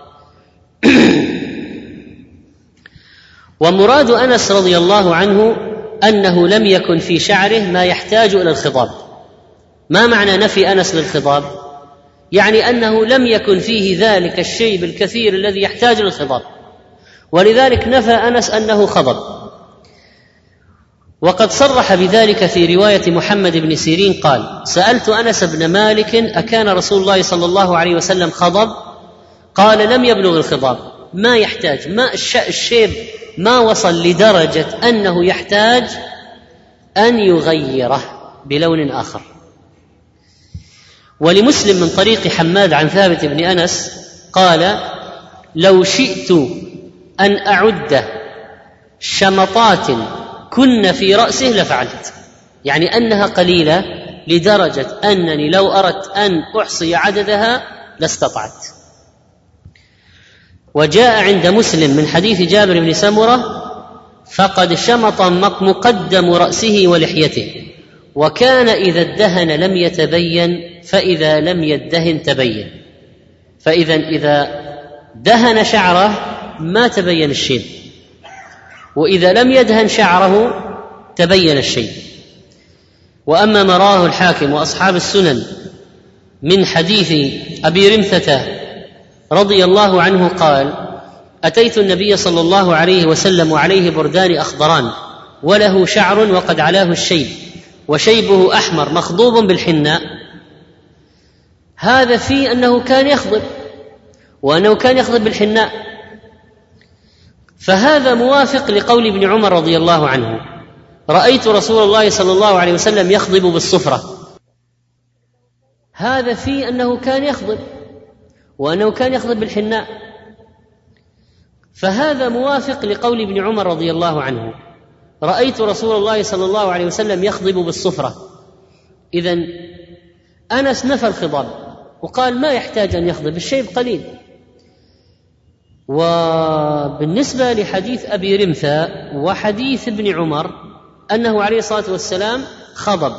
ومراد أنس رضي الله عنه أنه لم يكن في شعره ما يحتاج إلى الخضاب. ما معنى نفي أنس للخضاب؟ يعني أنه لم يكن فيه ذلك الشيب الكثير الذي يحتاج للخضاب، ولذلك نفى أنس أنه خضب. وقد صرح بذلك في رواية محمد بن سيرين قال: سألت أنس بن مالك: أكان رسول الله صلى الله عليه وسلم خضب؟ قال: لم يبلغ الخضاب، ما يحتاج، ما الشيب ما وصل لدرجة أنه يحتاج أن يغيره بلون آخر. ولمسلم من طريق حماد عن ثابت بن أنس قال: لو شئت أن أعد شمطات كن في رأسه لفعلت، يعني أنها قليلة لدرجة أنني لو أردت أن أحصي عددها لاستطعت. وجاء عند مسلم من حديث جابر بن سمرة: فقد شمط مقدم رأسه ولحيته، وكان إذا ادهن لم يتبين، فإذا لم يدهن تبين. فإذا إذا دهن شعره ما تبين الشيب، وإذا لم يدهن شعره تبين الشيب. وأما ما رواه الحاكم وأصحاب السنن من حديث أبي رمثة رضي الله عنه قال: أتيت النبي صلى الله عليه وسلم وعليه بردان أخضران وله شعر وقد علاه الشيب وشيبه أحمر مخضوب بالحناء. هذا في أنه كان يخضب، وأنه كان يخضب بالحناء، فهذا موافق لقول ابن عمر رضي الله عنه: رأيت رسول الله صلى الله عليه وسلم يخضب بالصفرة. هذا في أنه كان يخضب، وأنه كان يخضب بالحناء، فهذا موافق لقول ابن عمر رضي الله عنه: رأيت رسول الله صلى الله عليه وسلم يخضب بالصفرة. إذن أنس نفى الخضاب وقال ما يحتاج أن يخضب، الشيب قليل. وبالنسبة لحديث أبي رمثة وحديث ابن عمر أنه عليه الصلاة والسلام خضب،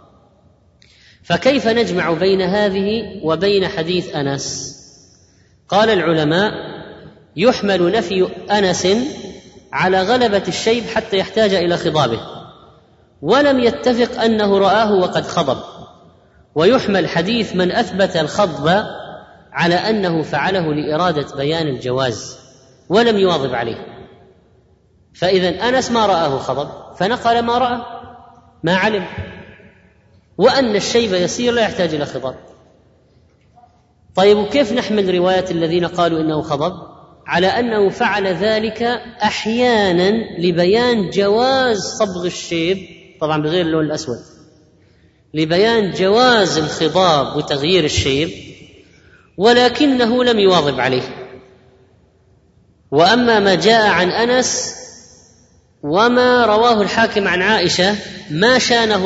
فكيف نجمع بين هذه وبين حديث أنس؟ قال العلماء: يحمل نفي أنس على غلبة الشيب حتى يحتاج إلى خضابه، ولم يتفق أنه رآه وقد خضب، ويحمل حديث من أثبت الخضب على أنه فعله لإرادة بيان الجواز ولم يواظب عليه. فإذا أنس ما رآه خضب فنقل ما رأى ما علم، وأن الشيب يسير لا يحتاج إلى خضاب. طيب وكيف نحمل رواية الذين قالوا إنه خضب على أنه فعل ذلك أحيانا لبيان جواز صبغ الشيب، طبعا بغير اللون الأسود، لبيان جواز الخضاب وتغيير الشيب، ولكنه لم يواظب عليه. وأما ما جاء عن أنس وما رواه الحاكم عن عائشة ما شانه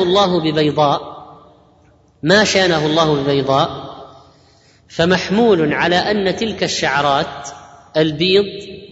الله ببيضاء فمحمول على أن تلك الشعرات البيض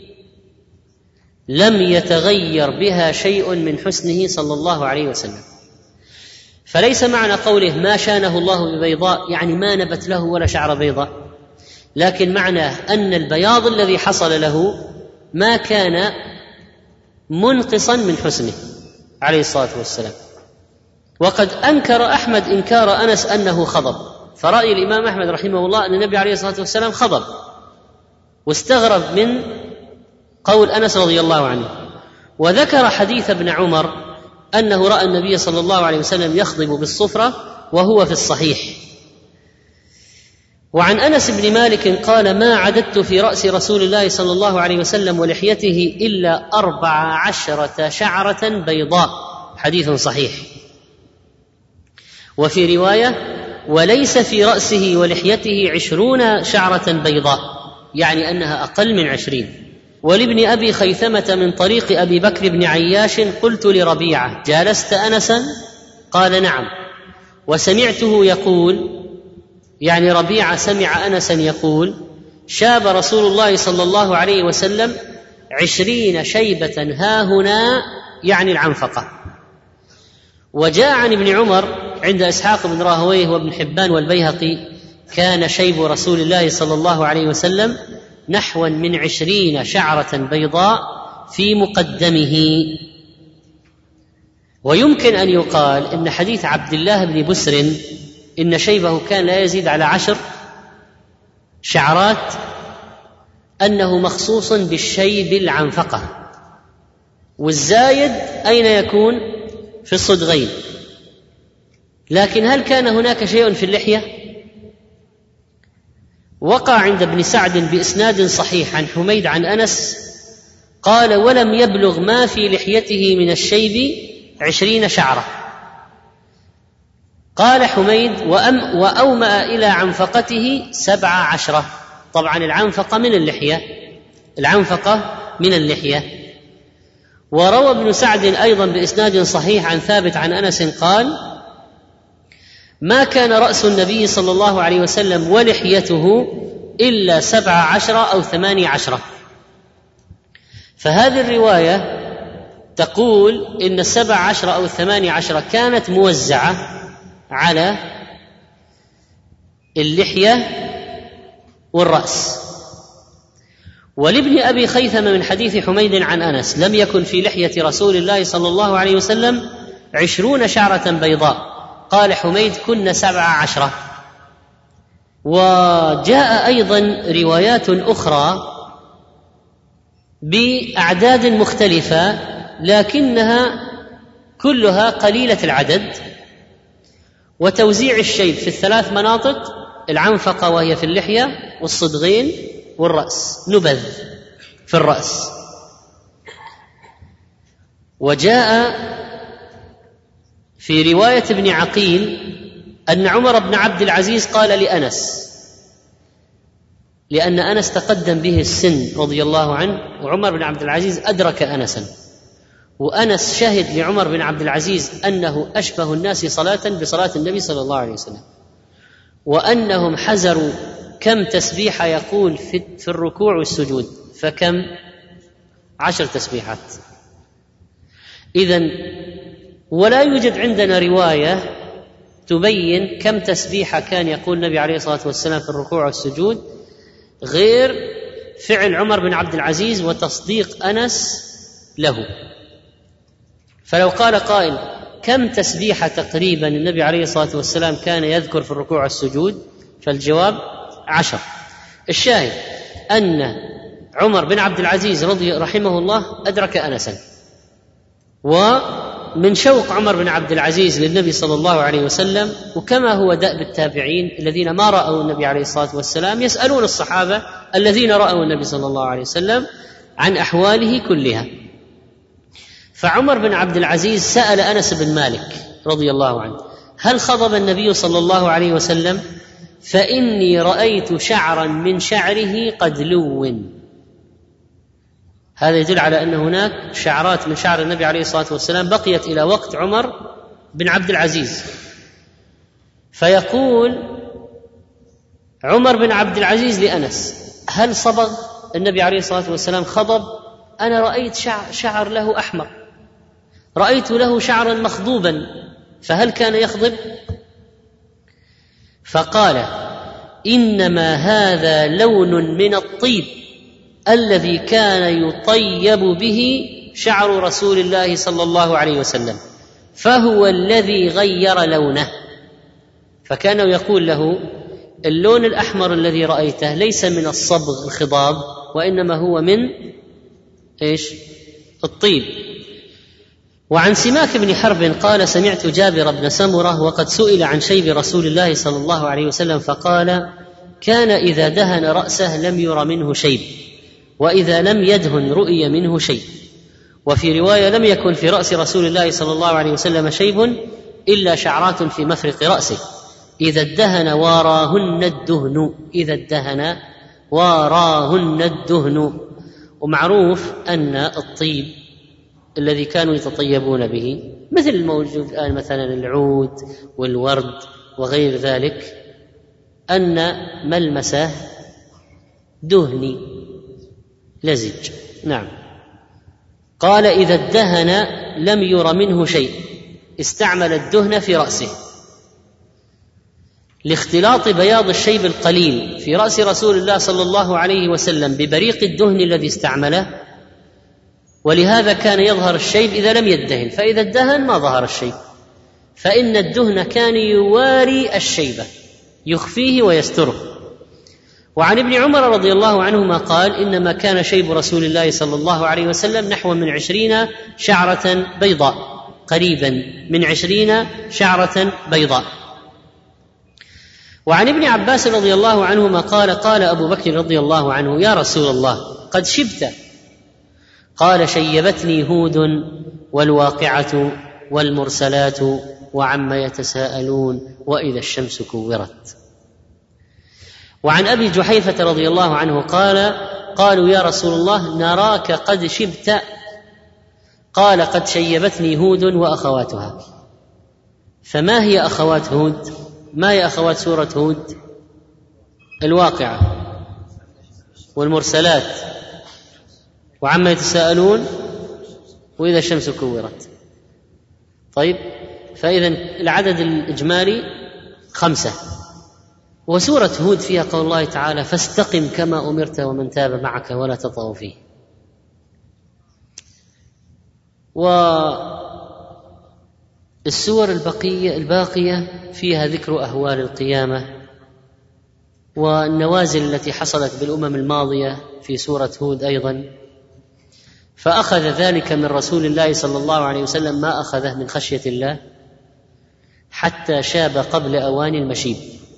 لم يتغير بها شيء من حسنه صلى الله عليه وسلم. فليس معنى قوله ما شانه الله ببيضاء يعني ما نبت له ولا شعر بيضاء، لكن معناه أن البياض الذي حصل له ما كان منقصا من حسنه عليه الصلاة والسلام. وقد أنكر أحمد إنكار أنس أنه خضب، فرأي الإمام أحمد رحمه الله أن النبي عليه الصلاة والسلام خضب، واستغرب من قول أنس رضي الله عنه، وذكر حديث ابن عمر أنه رأى النبي صلى الله عليه وسلم يخضب بالصفرة وهو في الصحيح. وعن أنس بن مالك قال ما عددت في رأس رسول الله صلى الله عليه وسلم ولحيته إلا 14 شعرة بيضاء، حديث صحيح. وفي رواية وليس في رأسه ولحيته 20 شعرة بيضاء، يعني أنها أقل من 20. ولابن أبي خيثمة من طريق أبي بكر بن عياش قلت لربيعة جالست أنسا؟ قال نعم، وسمعته يقول، يعني ربيعة سمع أنسا يقول شاب رسول الله صلى الله عليه وسلم 20 شيبة هاهنا، يعني العنفقة. وجاء عن ابن عمر عند إسحاق بن راهويه وابن حبان والبيهقي كان شيب رسول الله صلى الله عليه وسلم نحو من 20 شعرة بيضاء في مقدمه. ويمكن أن يقال إن حديث عبد الله بن بسر إن شيبه كان لا يزيد على 10 شعرات أنه مخصوص بالشيب العنفقة، والزايد أين يكون؟ في الصدغين. لكن هل كان هناك شيء في اللحية؟ وقع عند ابن سعد بإسناد صحيح عن حميد عن أنس قال ولم يبلغ ما في لحيته من الشيب 20 شعرة. قال حميد وأومأ إلى عنفقته 17. طبعا العنفقة من اللحية. وروى ابن سعد أيضا بإسناد صحيح عن ثابت عن أنس قال ما كان رأس النبي صلى الله عليه وسلم ولحيته إلا 17 أو 18. فهذه الرواية تقول إن 17 أو 18 كانت موزعة على اللحية والرأس. ولابن أبي خيثمة من حديث حميد عن أنس لم يكن في لحية رسول الله صلى الله عليه وسلم 20 شعرة بيضاء. قال حميد كن 17. وجاء أيضا روايات أخرى بأعداد مختلفة لكنها كلها قليلة العدد، وتوزيع الشيب في 3 مناطق: العنفقة وهي في اللحية، والصدغين، والرأس، نبذ في الرأس. وجاء في رواية ابن عقيل أن عمر بن عبد العزيز قال لأنس، لأن أنس تقدم به السن رضي الله عنه، وعمر بن عبد العزيز أدرك أنسا، وأنس شهد لعمر بن عبد العزيز أنه أشبه الناس صلاة بصلاة النبي صلى الله عليه وسلم، وأنهم حزروا كم تسبيحة يقول في الركوع والسجود، فكم 10 تسبيحات. إذن ولا يوجد عندنا رواية تبين كم تسبيحة كان يقول النبي عليه الصلاة والسلام في الركوع والسجود غير فعل عمر بن عبد العزيز وتصديق أنس له. فلو قال قائل كم تسبيحة تقريبا النبي عليه الصلاة والسلام كان يذكر في الركوع والسجود؟ فالجواب 10. الشاهد أن عمر بن عبد العزيز رحمه الله أدرك أنسا، ومن شوق عمر بن عبد العزيز للنبي صلى الله عليه وسلم، وكما هو دأب التابعين الذين ما رأوا النبي عليه الصلاة والسلام يسألون الصحابة الذين رأوا النبي صلى الله عليه وسلم عن أحواله كلها. فعمر بن عبد العزيز سأل أنس بن مالك رضي الله عنه: هل خضب النبي صلى الله عليه وسلم؟ فإني رأيت شعرا من شعره قد لون. هذا يدل على أن هناك شعرات من شعر النبي عليه الصلاة والسلام بقيت إلى وقت عمر بن عبد العزيز. فيقول عمر بن عبد العزيز لأنس: هل صبغ النبي عليه الصلاة والسلام خضب؟ أنا رأيت شعر له أحمر، رأيت له شعرا مخضوبا، فهل كان يخضب؟ فقال: إنما هذا لون من الطيب الذي كان يطيب به شعر رسول الله صلى الله عليه وسلم، فهو الذي غير لونه. فكان يقول له: اللون الأحمر الذي رأيته ليس من الصبغ الخضاب، وإنما هو من الطيب. وعن سماك بن حرب قال: سمعت جابر بن سمرة وقد سئل عن شيب رسول الله صلى الله عليه وسلم فقال: كان إذا دهن رأسه لم ير منه شيب، وإذا لم يدهن رؤي منه شيء. وفي رواية: لم يكن في رأس رسول الله صلى الله عليه وسلم شيب إلا شعرات في مفرق رأسه، إذا ادهن واراهن الدهن، إذا ادهن واراهن الدهن. ومعروف أن الطيب الذي كانوا يتطيبون به مثل الموجود الآن مثلا العود والورد وغير ذلك، أن ملمسه دهني لزج. نعم. قال: إذا ادهن لم ير منه شيء، استعمل الدهن في رأسه لاختلاط بياض الشيب القليل في رأس رسول الله صلى الله عليه وسلم ببريق الدهن الذي استعمله، ولهذا كان يظهر الشيب إذا لم يدهن، فإذا ادهن ما ظهر الشيب، فإن الدهن كان يواري الشيبة، يخفيه ويستره. وعن ابن عمر رضي الله عنهما قال: إنما كان شيب رسول الله صلى الله عليه وسلم نحو من 20 شعرة بيضاء، قريبا من 20 شعرة بيضاء. وعن ابن عباس رضي الله عنهما قال: قال أبو بكر رضي الله عنه: يا رسول الله قد شبت. قال: شيبتني هود والواقعة والمرسلات وعما يتساءلون وإذا الشمس كورت. وعن أبي جحيفة رضي الله عنه قال: قالوا يا رسول الله نراك قد شبت. قال: قد شيبتني هود وأخواتها. فما هي أخوات هود؟ ما هي أخوات سورة هود؟ الواقعة والمرسلات وعما يتساءلون وإذا الشمس كورت. طيب، فإذا العدد الإجمالي 5. وسورة هود فيها قول الله تعالى: فاستقم كما أمرت ومن تاب معك ولا تطغوا فيه. والسور الباقية فيها ذكر أهوال القيامة والنوازل التي حصلت بالأمم الماضية في سورة هود أيضا. فأخذ ذلك من رسول الله صلى الله عليه وسلم ما أخذه من خشية الله حتى شاب قبل أوان المشيب.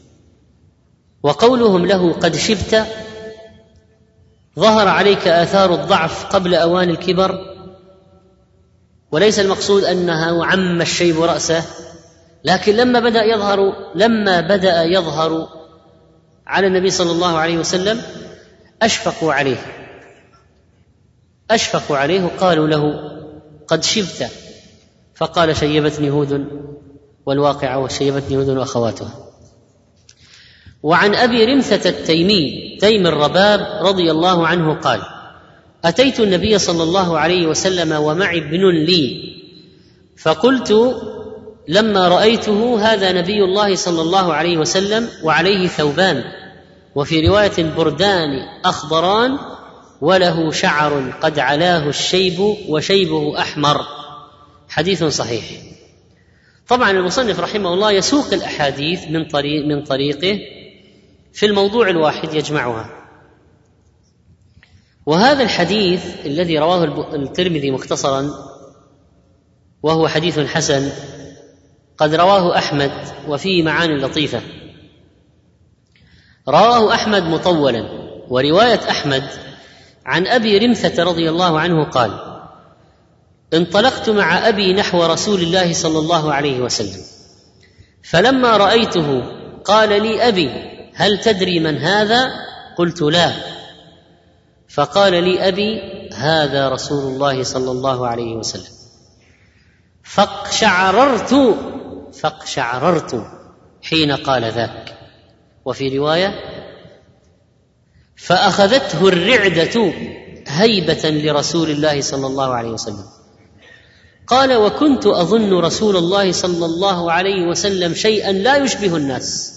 وقولهم له قد شبت ظهر عليك آثار الضعف قبل أوان الكبر، وليس المقصود أنها عم الشيب رأسه، لكن لما بدأ يظهر على النبي صلى الله عليه وسلم أشفقوا عليه وقالوا له قد شبت. فقال: شيبتني هود والواقعة وشيبتني هود وأخواتها. وعن أبي رمثة التيمي تيم الرباب رضي الله عنه قال: أتيت النبي صلى الله عليه وسلم ومعي ابن لي، فقلت لما رأيته: هذا نبي الله صلى الله عليه وسلم وعليه ثوبان، وفي رواية بردان أخضران وله شعر قد علاه الشيب وشيبه أحمر. حديث صحيح. طبعا المصنف رحمه الله يسوق الأحاديث من طريقه في الموضوع الواحد يجمعها. وهذا الحديث الذي رواه الترمذي مختصرا وهو حديث حسن قد رواه أحمد وفيه معاني لطيفة. رواه أحمد مطولا، ورواية أحمد عن أبي رمثة رضي الله عنه قال: انطلقت مع أبي نحو رسول الله صلى الله عليه وسلم، فلما رأيته قال لي أبي: هل تدري من هذا؟ قلت: لا. فقال لي أبي: هذا رسول الله صلى الله عليه وسلم. فاقشعررت حين قال ذاك. وفي رواية: فأخذته الرعدة هيبة لرسول الله صلى الله عليه وسلم. قال: وكنت أظن رسول الله صلى الله عليه وسلم شيئا لا يشبه الناس،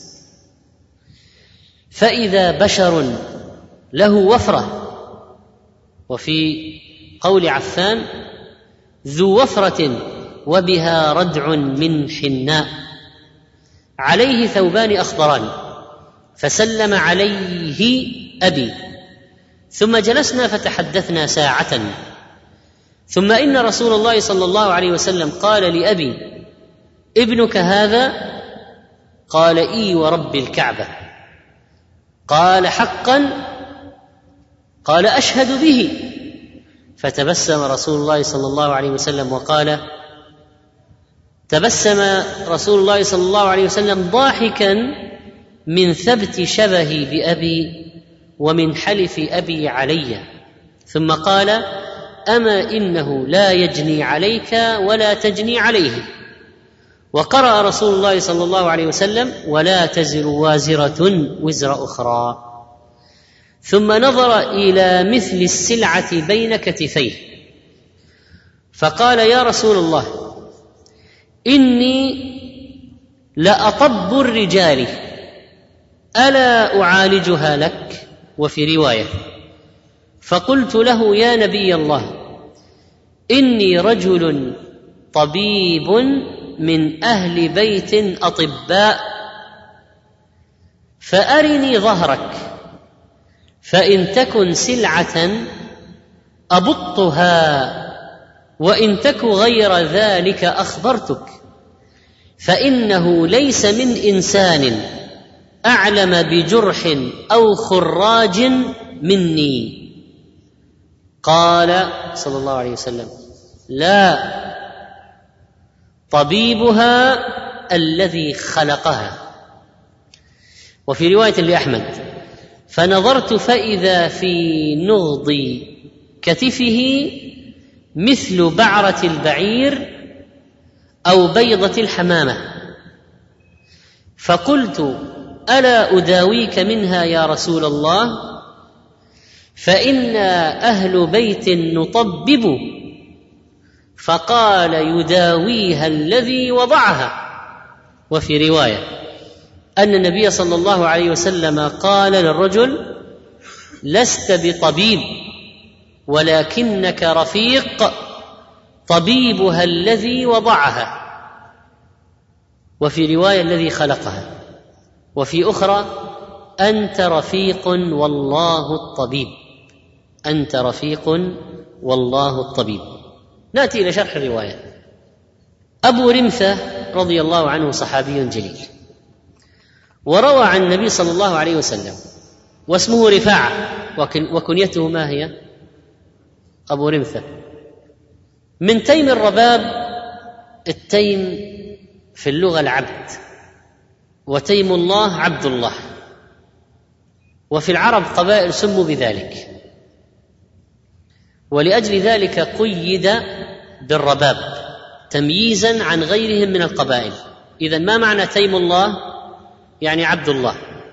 فإذا بشر له وفرة، وفي قول عفان: ذو وفرة وبها ردع من حناء، عليه ثوبان أخضران، فسلم عليه أبي، ثم جلسنا فتحدثنا ساعة، ثم إن رسول الله صلى الله عليه وسلم قال لأبي: ابنك هذا؟ قال: إي ورب الكعبة. قال: حقا؟ قال: أشهد به. فتبسم رسول الله صلى الله عليه وسلم وقال: تبسم رسول الله صلى الله عليه وسلم ضاحكا من ثبت شبهي بأبي ومن حلف أبي علي، ثم قال: أما إنه لا يجني عليك ولا تجني عليه. وقرأ رسول الله صلى الله عليه وسلم: ولا تزر وازرة وزر أخرى. ثم نظر إلى مثل السلعة بين كتفيه فقال: يا رسول الله، إني لأطب الرجال، ألا أعالجها لك؟ وفي رواية: فقلت له: يا نبي الله، إني رجل طبيب من أهل بيت أطباء، فأرني ظهرك، فإن تكن سلعة أبطها، وإن تك غير ذلك أخبرتك، فإنه ليس من إنسان أعلم بجرح أو خراج مني. قال صلى الله عليه وسلم: لا، طبيبها الذي خلقها. وفي رواية لأحمد: فنظرت فإذا في نغض كتفه مثل بعرة البعير أو بيضة الحمامة، فقلت: ألا أداويك منها يا رسول الله؟ فإنا أهل بيت نطبب. فقال: يداويها الذي وضعها. وفي رواية أن النبي صلى الله عليه وسلم قال للرجل: لست بطبيب ولكنك رفيق، طبيبها الذي وضعها. وفي رواية: الذي خلقها. وفي أخرى: أنت رفيق والله الطبيب، أنت رفيق والله الطبيب. نأتي إلى شرح الرواية. أبو رمثة رضي الله عنه صحابي جليل، وروى عن النبي صلى الله عليه وسلم، واسمه رفاعة، وكنيته ما هي؟ أبو رمثة. من تيم الرباب. التيم في اللغة العبد، وتيم الله عبد الله، وفي العرب قبائل سموا بذلك، ولأجل ذلك قيد بالرباب تمييزا عن غيرهم من القبائل. إذن ما معنى تيم الله؟ يعني عبد الله.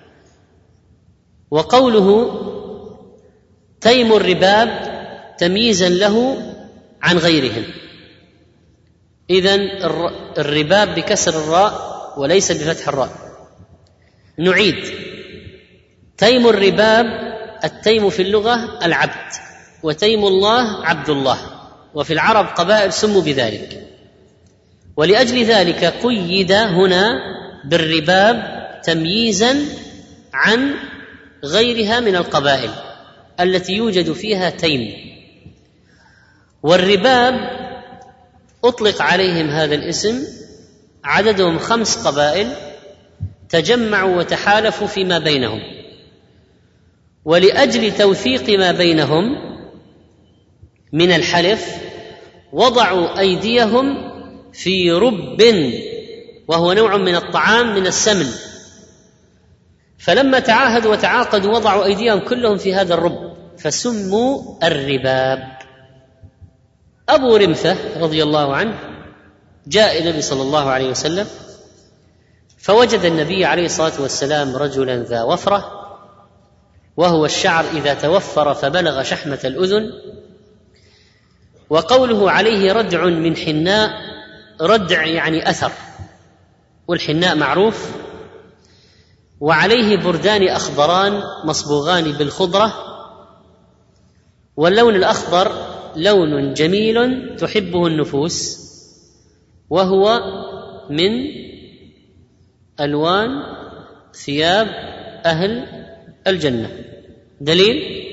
وقوله تيم الرباب تمييزا له عن غيرهم. إذن الرباب بكسر الراء وليس بفتح الراء. نعيد: تيم الرباب التيم في اللغة العبد، وتيم الله عبد الله، وفي العرب قبائل سموا بذلك، ولأجل ذلك قيد هنا بالرباب تمييزا عن غيرها من القبائل التي يوجد فيها تيم. والرباب أطلق عليهم هذا الاسم، عددهم 5 قبائل تجمعوا وتحالفوا فيما بينهم، ولأجل توثيق ما بينهم من الحلف وضعوا أيديهم في رب، وهو نوع من الطعام من السمن، فلما تعاهدوا وتعاقدوا وضعوا أيديهم كلهم في هذا الرب فسموا الرباب. أبو رمثة رضي الله عنه جاء إلى النبي صلى الله عليه وسلم، فوجد النبي عليه الصلاة والسلام رجلا ذا وفرة، وهو الشعر إذا توفر فبلغ شحمة الأذن، وقوله عليه ردع من حناء، ردع يعني أثر، والحناء معروف، وعليه بردان أخضران مصبوغان بالخضرة، واللون الأخضر لون جميل تحبه النفوس، وهو من ألوان ثياب أهل الجنة. دليل: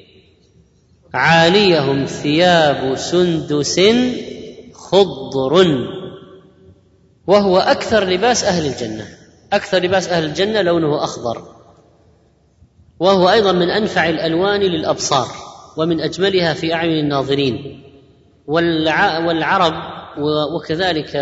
عاليهم ثياب سندس خضر، وهو أكثر لباس أهل الجنة، أكثر لباس أهل الجنة لونه أخضر، وهو أيضا من أنفع الألوان للأبصار ومن أجملها في أعين الناظرين. والعرب وكذلك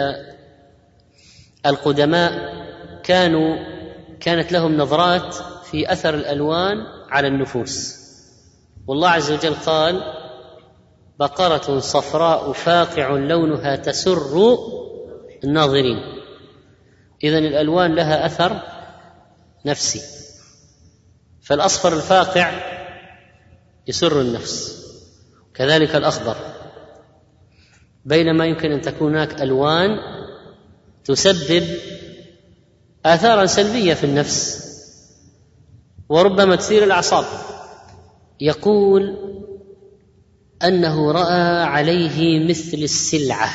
القدماء كانت لهم نظرات في أثر الألوان على النفوس، والله عز وجل قال: بقرة صفراء فاقع لونها تسر الناظرين. إذن الألوان لها أثر نفسي، فالأصفر الفاقع يسر النفس، كذلك الأخضر، بينما يمكن أن تكون هناك ألوان تسبب آثارا سلبية في النفس وربما تثير الأعصاب. يقول أنه رأى عليه مثل السلعة،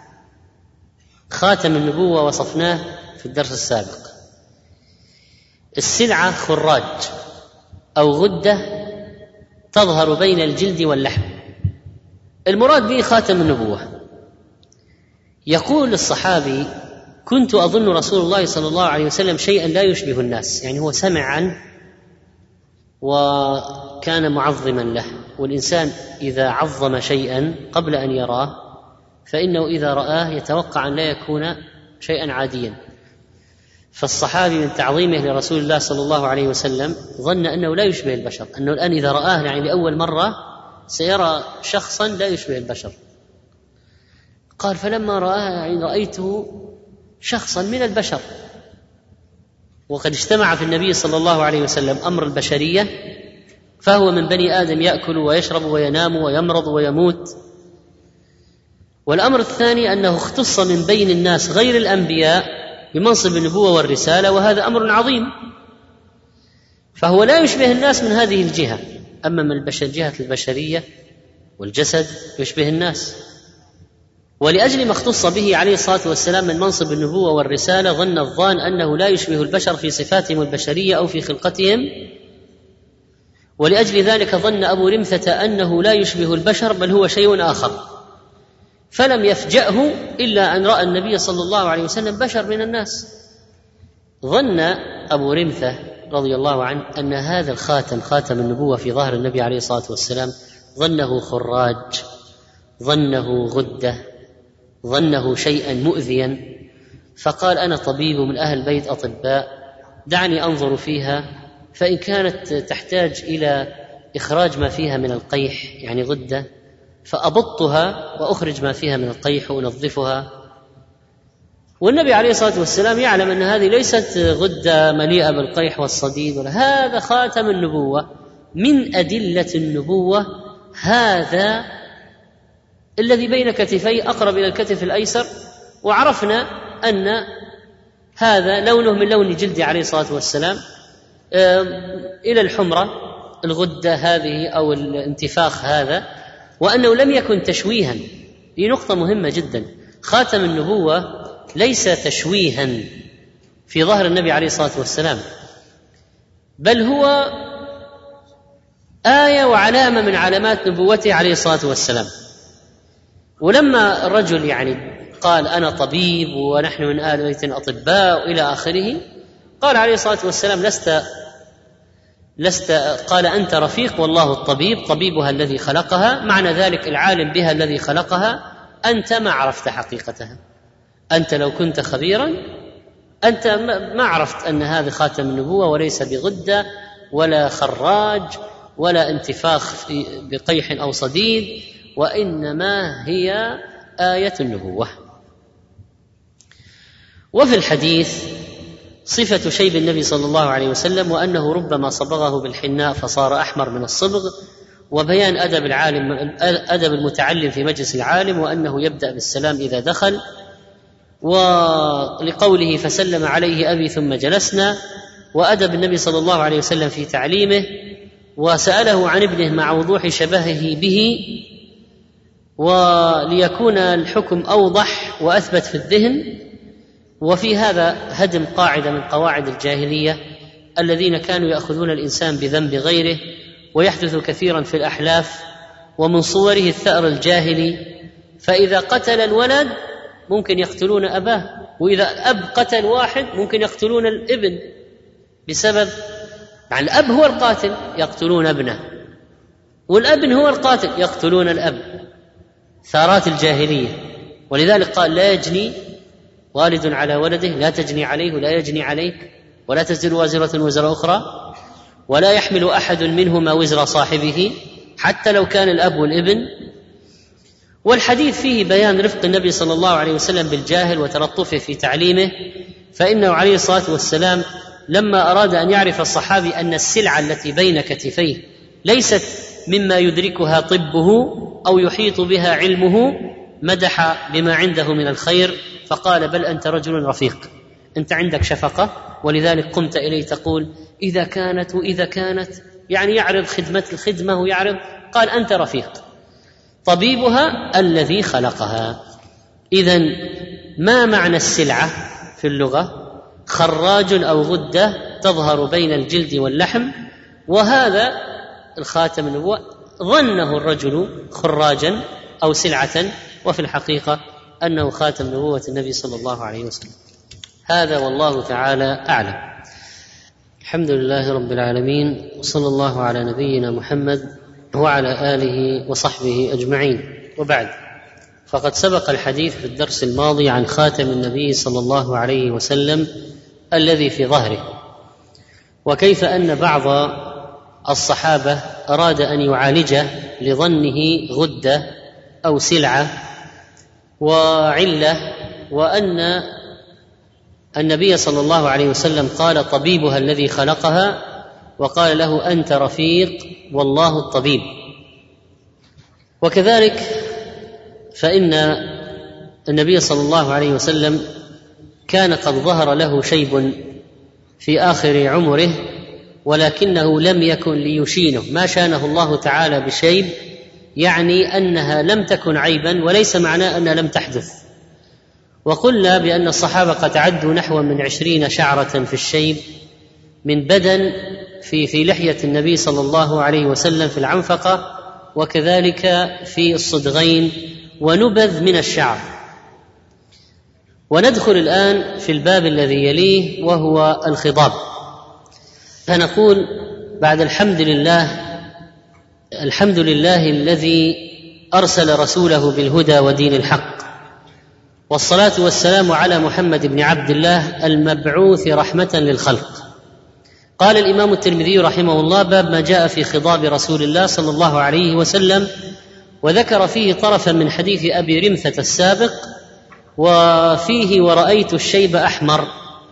خاتم النبوة وصفناه في الدرس السابق. السلعة خراج أو غدة تظهر بين الجلد واللحم، المراد به خاتم النبوة. يقول الصحابي: كنت أظن رسول الله صلى الله عليه وسلم شيئا لا يشبه الناس، يعني هو سمع عنه وكان معظما له، والإنسان إذا عظم شيئا قبل أن يراه فإنه إذا رآه يتوقع أن لا يكون شيئا عاديا. فالصحابي من تعظيمه لرسول الله صلى الله عليه وسلم ظن أنه لا يشبه البشر، أنه الآن إذا رآه يعني لأول مرة سيرى شخصا لا يشبه البشر. قال: فلما رآه يعني رأيته شخصا من البشر، وقد اجتمع في النبي صلى الله عليه وسلم أمر البشرية، فهو من بني آدم يأكل ويشرب وينام ويمرض ويموت. والأمر الثاني أنه اختص من بين الناس غير الأنبياء بمنصب النبوة والرسالة، وهذا أمر عظيم، فهو لا يشبه الناس من هذه الجهة. أما من جهة البشرية والجسد يشبه الناس، ولأجل ما اختص به عليه الصلاة والسلام من منصب النبوة والرسالة ظن الظان أنه لا يشبه البشر في صفاتهم البشرية أو في خلقتهم، ولأجل ذلك ظن أبو رمثة أنه لا يشبه البشر بل هو شيء آخر، فلم يفجأه إلا أن رأى النبي صلى الله عليه وسلم بشر من الناس. ظن أبو رمثة رضي الله عنه أن هذا الخاتم، خاتم النبوة في ظهر النبي عليه الصلاة والسلام، ظنه خراج، ظنه غدة، ظنه شيئا مؤذيا، فقال: أنا طبيب من أهل بيت أطباء، دعني أنظر فيها، فإن كانت تحتاج إلى إخراج ما فيها من القيح يعني غدة فأبطها وأخرج ما فيها من القيح وأنظفها. والنبي عليه الصلاة والسلام يعلم أن هذه ليست غدة مليئة بالقيح والصديد، ولا، هذا خاتم النبوة من أدلة النبوة، هذا الذي بين كتفي أقرب إلى الكتف الأيسر، وعرفنا أن هذا لونه من لون جلد عليه الصلاة والسلام إلى الحمرة الغدة هذه أو الانتفاخ هذا، وأنه لم يكن تشويها. دي نقطة مهمة جدا. خاتم النبوة ليس تشويها في ظهر النبي عليه الصلاة والسلام، بل هو آية وعلامة من علامات نبوته عليه الصلاة والسلام. ولما الرجل قال أنا طبيب ونحن من آل بيت أطباء إلى آخره، قال عليه الصلاة والسلام لست قال أنت رفيق والله الطبيب، طبيبها الذي خلقها، معنى ذلك العالم بها الذي خلقها، أنت ما عرفت حقيقتها. أنت لو كنت خبيرا أنت ما عرفت أن هذا خاتم النبوة وليس بغدة ولا خراج ولا انتفاخ بقيح أو صديد، وإنما هي آية النبوة. وفي الحديث صفة شيب النبي صلى الله عليه وسلم، وأنه ربما صبغه بالحناء فصار أحمر من الصبغ، وبيان أدب المتعلم في مجلس العالم، وأنه يبدأ بالسلام إذا دخل، ولقوله فسلم عليه أبي ثم جلسنا، وأدب النبي صلى الله عليه وسلم في تعليمه، وسأله عن ابنه مع وضوح شبهه به، وليكون الحكم أوضح وأثبت في الذهن. وفي هذا هدم قاعدة من قواعد الجاهلية الذين كانوا يأخذون الإنسان بذنب غيره، ويحدث كثيرا في الأحلاف، ومن صوره الثأر الجاهلي. فإذا قتل الولد ممكن يقتلون أباه، وإذا أب قتل واحد ممكن يقتلون الابن بسبب الأب هو القاتل يقتلون ابنه، والابن هو القاتل يقتلون الأب. ثارات الجاهلية. ولذلك قال لا يجني والد على ولده، لا تجني عليه ولا يجني عليك، ولا تزر وازرة وزر أخرى، ولا يحمل أحد منهما وزر صاحبه حتى لو كان الأب والابن. والحديث فيه بيان رفق النبي صلى الله عليه وسلم بالجاهل وتلطفه في تعليمه، فإنه عليه الصلاة والسلام لما أراد أن يعرف الصحابي أن السلعة التي بين كتفيه ليست مما يدركها طبه أو يحيط بها علمه، مدح بما عنده من الخير، فقال بل أنت رجل رفيق، أنت عندك شفقة، ولذلك قمت إليه تقول إذا كانت وإذا كانت، يعرض الخدمة ويعرض، قال أنت رفيق، طبيبها الذي خلقها. إذن ما معنى السلعة في اللغة؟ خراج أو غدة تظهر بين الجلد واللحم، وهذا الخاتم النبوة ظنه الرجل خراجا أو سلعة، وفي الحقيقة أنه خاتم نبوة النبي صلى الله عليه وسلم. هذا والله تعالى أعلم. الحمد لله رب العالمين، وصلى الله على نبينا محمد وعلى آله وصحبه أجمعين، وبعد، فقد سبق الحديث في الدرس الماضي عن خاتم النبي صلى الله عليه وسلم الذي في ظهره، وكيف أن بعض الصحابة أراد أن يعالجه لظنه غدة أو سلعة وعلة، وأن النبي صلى الله عليه وسلم قال طبيبها الذي خلقها، وقال له أنت رفيق والله الطبيب. وكذلك فإن النبي صلى الله عليه وسلم كان قد ظهر له شيب في آخر عمره، ولكنه لم يكن ليشينه، ما شانه الله تعالى بشيب، أنها لم تكن عيبا، وليس معناه أنها لم تحدث. وقلنا بأن الصحابة قد عدوا نحو من 20 شعرة في الشيب من بدن في لحية النبي صلى الله عليه وسلم في العنفقة، وكذلك في الصدغين، ونبذ من الشعر. وندخل الآن في الباب الذي يليه وهو الخضاب. فنقول بعد الحمد لله الذي أرسل رسوله بالهدى ودين الحق، والصلاة والسلام على محمد بن عبد الله المبعوث رحمة للخلق. قال الإمام الترمذي رحمه الله باب ما جاء في خضاب رسول الله صلى الله عليه وسلم، وذكر فيه طرفا من حديث أبي رمثة السابق، وفيه ورأيت الشيب أحمر،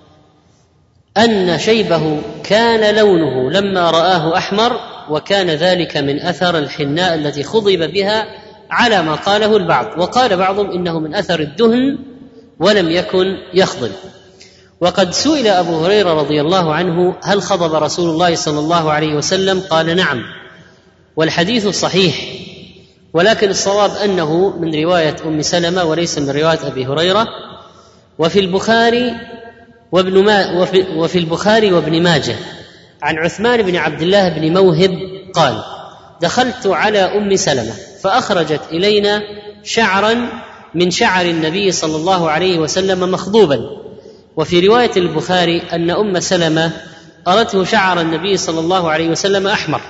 أن شيبه كان لونه لما رآه أحمر، وكان ذلك من أثر الحناء التي خضب بها على ما قاله البعض، وقال بعضهم إنه من أثر الدهن ولم يكن يخضب. وقد سئل أبو هريرة رضي الله عنه: هل خضب رسول الله صلى الله عليه وسلم؟ قال: نعم، والحديث صحيح، ولكن الصواب أنه من رواية أم سلمة وليس من رواية أبي هريرة. وفي البخاري وابن ماجه عن عثمان بن عبد الله بن موهب قال: دخلت على أم سلمة فأخرجت إلينا شعرا من شعر النبي صلى الله عليه وسلم مخضوبا. وفي رواية البخاري أن أم سلمة أرته شعر النبي صلى الله عليه وسلم أحمر.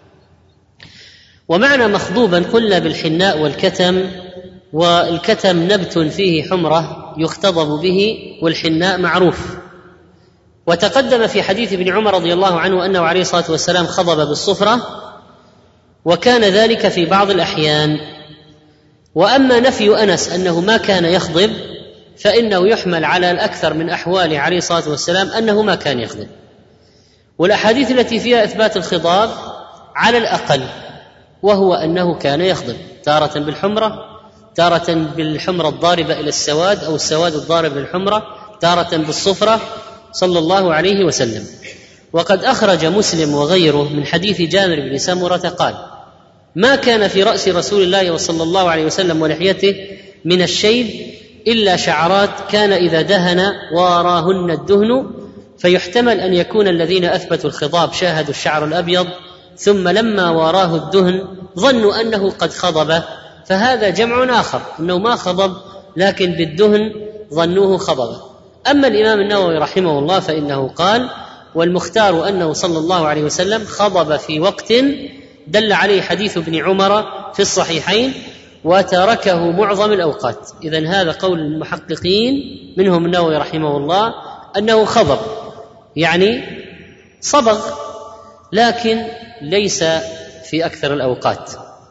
ومعنى مخضوبا قلنا بالحناء والكتم، والكتم نبت فيه حمرة يختضب به، والحناء معروف. وتقدم في حديث ابن عمر رضي الله عنه أنه عليه الصلاة والسلام خضب بالصفرة، وكان ذلك في بعض الأحيان. وأما نفي أنس أنه ما كان يخضب فإنه يحمل على الأكثر من أحواله عليه الصلاة والسلام أنه ما كان يخضب. والأحاديث التي فيها إثبات الخضاب على الأقل، وهو أنه كان يخضب تارة بالحمرة، تارة بالحمرة الضاربة إلى السواد أو السواد الضارب للحمرة، تارة بالصفرة صلى الله عليه وسلم. وقد أخرج مسلم وغيره من حديث جابر بن سمرة قال: ما كان في رأس رسول الله صلى الله عليه وسلم ولحيته من الشيب إلا شعرات كان إذا دهن واراهن الدهن، فيحتمل أن يكون الذين أثبتوا الخضاب شاهدوا الشعر الأبيض ثم لما واراه الدهن ظنوا أنه قد خضب، فهذا جمع آخر، أنه ما خضب لكن بالدهن ظنوه خضب. أما الإمام النووي رحمه الله فإنه قال: والمختار أنه صلى الله عليه وسلم خضب في وقت دل عليه حديث ابن عمر في الصحيحين وتركه معظم الأوقات. إذن هذا قول المحققين منهم النووي رحمه الله أنه خضب، يعني صبغ، لكن ليس في أكثر الأوقات.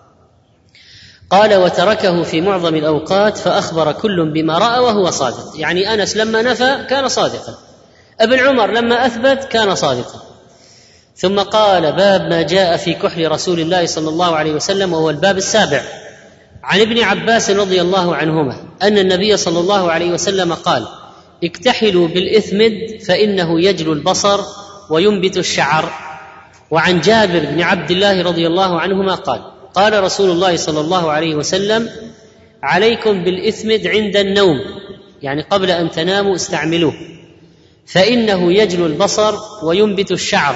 قال: وتركه في معظم الأوقات فأخبر كل بما رأى وهو صادق. يعني أنس لما نفى كان صادقا، ابن عمر لما أثبت كان صادقا. ثم قال: باب ما جاء في كحل رسول الله صلى الله عليه وسلم، وهو الباب 7. عن ابن عباس رضي الله عنهما أن النبي صلى الله عليه وسلم قال: اكتحلوا بالإثمد فإنه يجلو البصر وينبت الشعر. وعن جابر بن عبد الله رضي الله عنهما قال: قال رسول الله صلى الله عليه وسلم: عليكم بالإثمد عند النوم، يعني قبل أن تناموا استعملوه، فإنه يجلو البصر وينبت الشعر.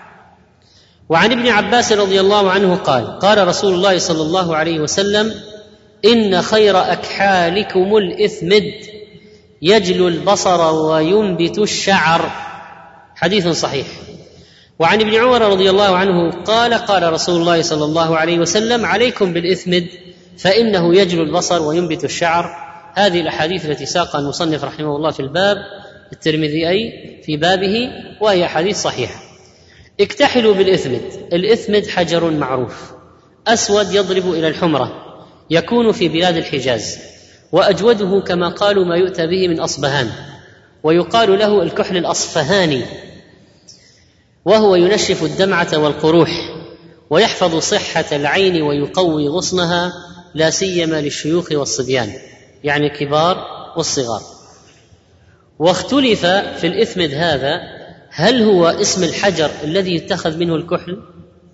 وعن ابن عباس رضي الله عنه قال: قال رسول الله صلى الله عليه وسلم: إن خير أكحالكم الإثمد يجلو البصر وينبت الشعر. حديث صحيح. وعن ابن عمر رضي الله عنه قال: قال رسول الله صلى الله عليه وسلم: عليكم بالإثمد فإنه يجلو البصر وينبت الشعر. هذه الأحاديث التي ساقها المصنف رحمه الله في الباب، الترمذي أي في بابه، وهي حديث صحيحة. اكتحلوا بالإثمد. الإثمد حجر معروف أسود يضرب إلى الحمرة، يكون في بلاد الحجاز، وأجوده كما قالوا ما يؤتى به من أصبهان، ويقال له الكحل الأصفهاني، وهو ينشف الدمعة والقروح ويحفظ صحة العين ويقوي غصنها، لا سيما للشيوخ والصبيان، يعني الكبار والصغار. واختلف في الإثمد هذا هل هو اسم الحجر الذي يتخذ منه الكحل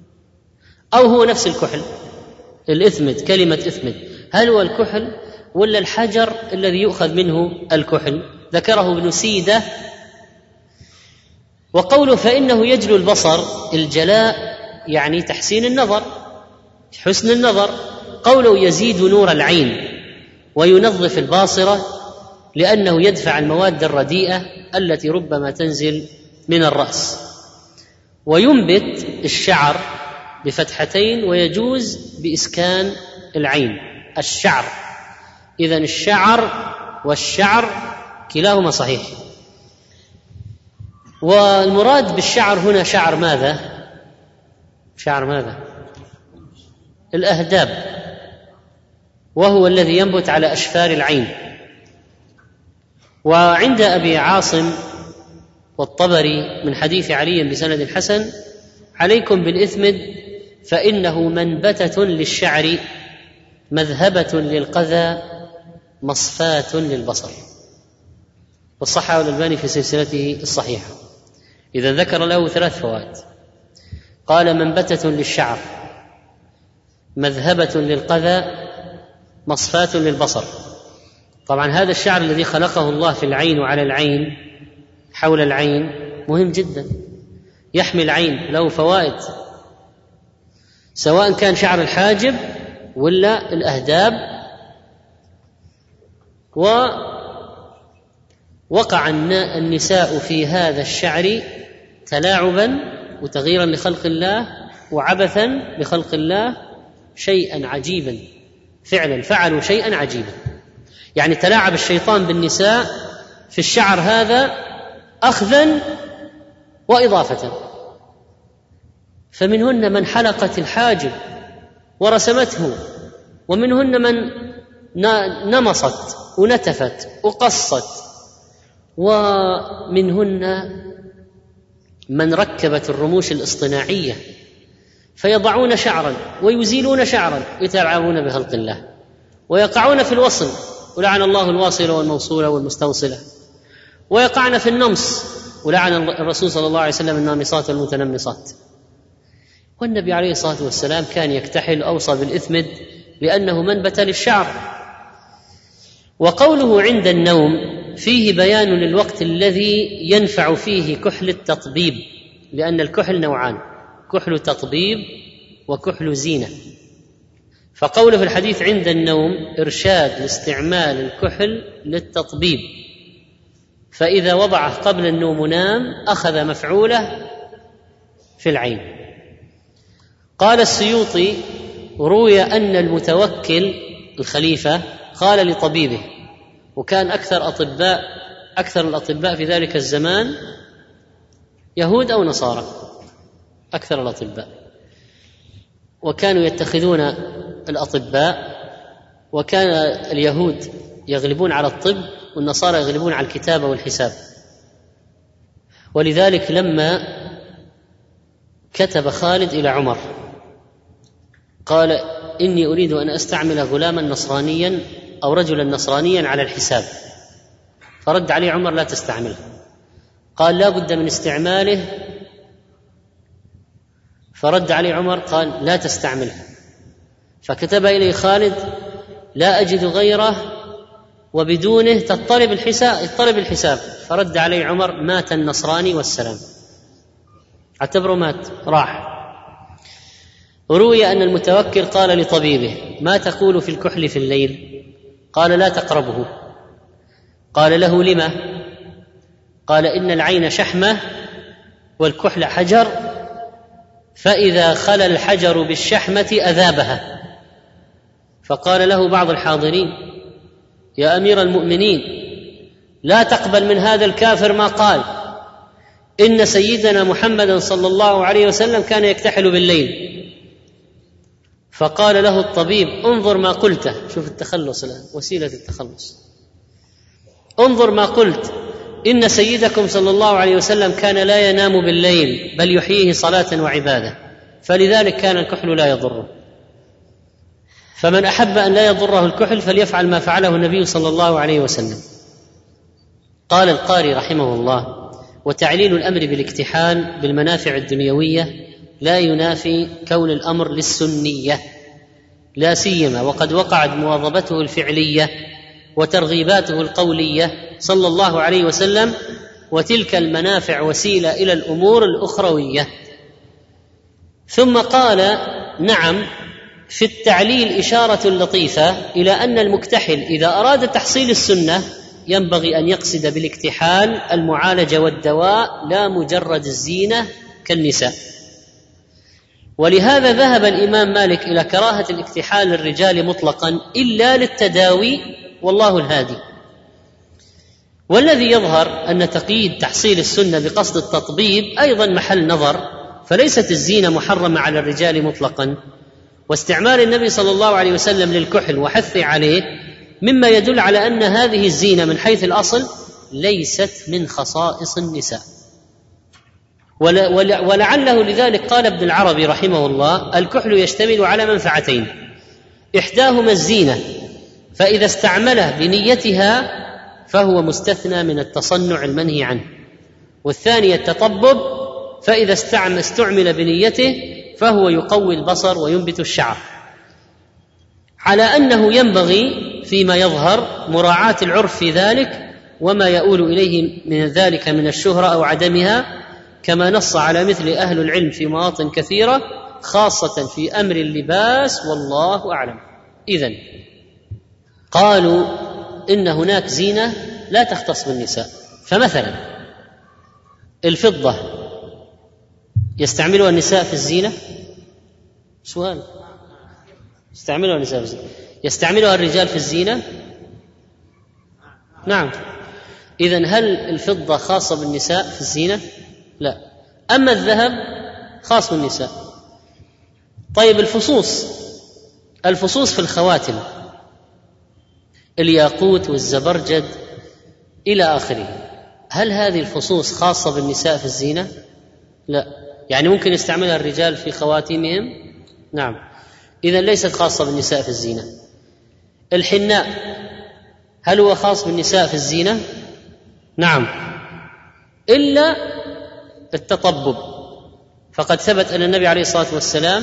أو هو نفس الكحل. الإثمد، كلمة إثمد، هل هو الكحل ولا الحجر الذي يؤخذ منه الكحل؟ ذكره ابن سيدة. وقوله فإنه يجلو البصر، الجلاء يعني تحسين النظر، حسن النظر. قوله يزيد نور العين وينظف الباصرة، لأنه يدفع المواد الرديئة التي ربما تنزل من الرأس. وينبت الشعر بفتحتين، ويجوز بإسكان العين الشعر. إذن الشعر والشعر كلاهما صحيح. والمراد بالشعر هنا شعر ماذا؟ شعر ماذا؟ الأهداب، وهو الذي ينبت على أشفار العين. وعند أبي عاصم والطبري من حديث علي بسند حسن: عليكم بالإثمد فإنه منبتة للشعر، مذهبة للقذى، مصفاة للبصر. والصححه الألباني في سلسلته الصحيحة. إذا ذكر له 3 فوائد. قال: منبتة للشعر، مذهبة للقذى، مصفاة للبصر. طبعا هذا الشعر الذي خلقه الله في العين وعلى العين حول العين مهم جدا، يحمي العين، له فوائد، سواء كان شعر الحاجب ولا الأهداب. ووقع النساء في هذا الشعر تلاعبا وتغييرا لخلق الله وعبثا لخلق الله شيئا عجيبا، فعلا فعلوا شيئا عجيبا. يعني تلاعب الشيطان بالنساء في الشعر هذا أخذا وإضافة، فمنهن من حلقت الحاجب ورسمته، ومنهن من نمصت ونتفت وقصت، ومنهن من ركبت الرموش الاصطناعية، فيضعون شعرا ويزيلون شعرا يتلاعبون بخلق الله، ويقعون في الوصل، ولعن الله الواصل والموصولة والمستوصلة، ويقعن في النمص، ولعن الرسول صلى الله عليه وسلم النامصات والمتنمصات. والنبي عليه الصلاة والسلام كان يكتحل، أوصى بالإثمد لأنه منبت للشعر. وقوله عند النوم فيه بيان للوقت الذي ينفع فيه كحل التطبيب، لأن الكحل نوعان: كحل تطبيب وكحل زينة. فقوله في الحديث عند النوم إرشاد لاستعمال الكحل للتطبيب، فإذا وضعه قبل النوم نام أخذ مفعوله في العين. قال السيوطي: روي أن المتوكل الخليفة قال لطبيبه، وكان أكثر الأطباء في ذلك الزمان يهود أو نصارى، أكثر الأطباء، وكانوا يتخذون الأطباء، وكان اليهود يغلبون على الطب والنصارى يغلبون على الكتابة والحساب. ولذلك لما كتب خالد إلى عمر قال: إني أريد أن أستعمل غلاما نصرانيا أو رجلا نصرانيا على الحساب، فرد عليه عمر: لا تستعمله. قال: لا بد من استعماله، فرد عليه عمر قال: لا تستعمله. فكتب إليه خالد: لا أجد غيره وبدونه يضطرب الحساب. فرد عليه عمر: مات النصراني والسلام، اعتبره مات، راح. روي أن المتوكل قال لطبيبه: ما تقول في الكحل في الليل؟ قال: لا تقربه. قال له: لما؟ قال: إن العين شحمة والكحل حجر، فإذا خلا الحجر بالشحمة أذابها. فقال له بعض الحاضرين: يا أمير المؤمنين، لا تقبل من هذا الكافر ما قال، إن سيدنا محمدا صلى الله عليه وسلم كان يكتحل بالليل. فقال له الطبيب: انظر ما قلته. شوف التخلص الآن، وسيلة التخلص. انظر ما قلت، إن سيدكم صلى الله عليه وسلم كان لا ينام بالليل، بل يحييه صلاة وعبادة، فلذلك كان الكحل لا يضره. فمن أحب أن لا يضره الكحل فليفعل ما فعله النبي صلى الله عليه وسلم. قال القاري رحمه الله: وتعليل الأمر بالاكتحال بالمنافع الدنيوية لا ينافي كون الأمر للسنية، لا سيما وقد وقعت مواظبته الفعلية وترغيباته القولية صلى الله عليه وسلم، وتلك المنافع وسيلة إلى الأمور الأخروية. ثم قال: نعم، في التعليل إشارة لطيفة إلى أن المكتحل إذا أراد تحصيل السنة ينبغي أن يقصد بالاكتحال المعالجة والدواء، لا مجرد الزينة كالنساء. ولهذا ذهب الإمام مالك إلى كراهة الاكتحال للرجال مطلقا إلا للتداوي، والله الهادي. والذي يظهر أن تقييد تحصيل السنة بقصد التطبيب أيضا محل نظر، فليست الزينة محرمة على الرجال مطلقا، واستعمال النبي صلى الله عليه وسلم للكحل وحثه عليه مما يدل على أن هذه الزينة من حيث الأصل ليست من خصائص النساء. ولعله لذلك قال ابن العربي رحمه الله: الكحل يشتمل على منفعتين، إحداهما الزينة، فإذا استعمله بنيتها فهو مستثنى من التصنع المنهي عنه. والثاني التطبب، فإذا استعمل بنيته فهو يقوي البصر وينبت الشعر، على أنه ينبغي فيما يظهر مراعاة العرف في ذلك وما يؤول إليه من ذلك من الشهرة أو عدمها، كما نص على مثل أهل العلم في مواطن كثيرة، خاصة في أمر اللباس، والله أعلم. إذن قالوا إن هناك زينة لا تختص بالنساء، فمثلا الفضة يستعملها النساء في الزينة؟ سؤال. يستعملها النساء في الزينة. يستعملها الرجال في الزينة؟ نعم. إذن هل الفضة خاصة بالنساء في الزينة؟ لا. أما الذهب خاص بالنساء. طيب الفصوص في الخواتم، الياقوت والزبرجد إلى آخره، هل هذه الفصوص خاصة بالنساء في الزينة؟ لا. يعني ممكن يستعملها الرجال في خواتيمهم؟ نعم. إذن ليست خاصة بالنساء في الزينة. الحناء هل هو خاص بالنساء في الزينة؟ نعم، إلا التطبب، فقد ثبت أن النبي عليه الصلاة والسلام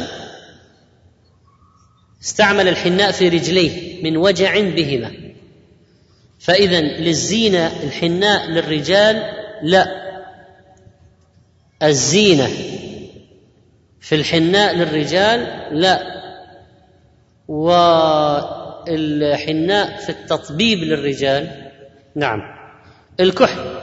استعمل الحناء في رجليه من وجع بهما، فإذن للزينة الحناء للرجال لا، الزينة في الحناء للرجال لا، والحناء في التطبيب للرجال نعم. الكحل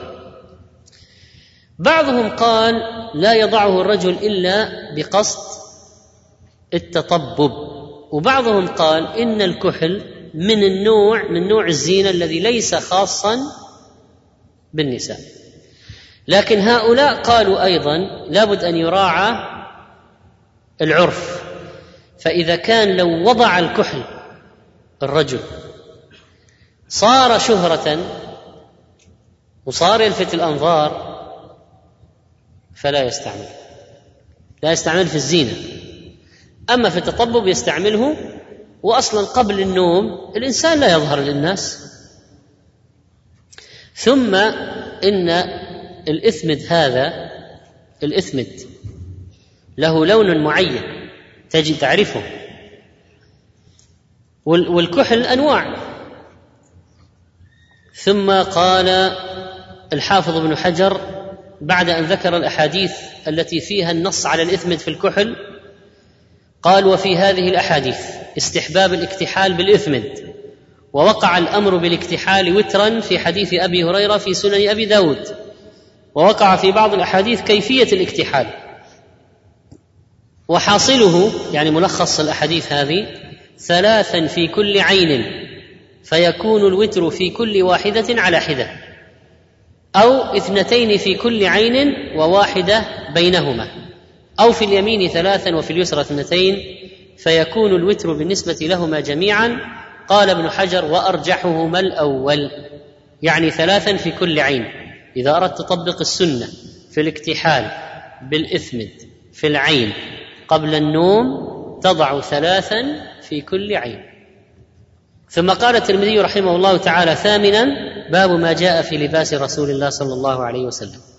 بعضهم قال لا يضعه الرجل إلا بقصد التطبب، وبعضهم قال إن الكحل من نوع الزينة الذي ليس خاصا بالنساء. لكن هؤلاء قالوا أيضا لابد أن يراعى العرف، فإذا كان لو وضع الكحل الرجل صار شهرة وصار يلفت الأنظار فلا يستعمل في الزينة. أما في التطبب يستعمله، وأصلا قبل النوم الإنسان لا يظهر للناس. ثم إن الإثمد له لون معين تجد تعرفه، والكحل أنواع. ثم قال الحافظ ابن حجر بعد أن ذكر الأحاديث التي فيها النص على الإثمد في الكحل، قال وفي هذه الأحاديث استحباب الاكتحال بالإثمد، ووقع الأمر بالاكتحال وترا في حديث أبي هريرة في سنن أبي داود، ووقع في بعض الأحاديث كيفية الاكتحال. وحاصله يعني ملخص الأحاديث هذه 3 في كل عين، فيكون الوتر في كل واحدة على حدة، أو 2 في كل عين وواحدة بينهما، أو في اليمين 3 وفي اليسرى 2، فيكون الوتر بالنسبة لهما جميعا. قال ابن حجر وأرجحهما الأول، يعني 3 في كل عين. إذا أردت تطبق السنة في الاكتحال بالإثمد في العين قبل النوم تضع 3 في كل عين. ثم قال الترمذي رحمه الله تعالى 8 باب ما جاء في لباس رسول الله صلى الله عليه وسلم.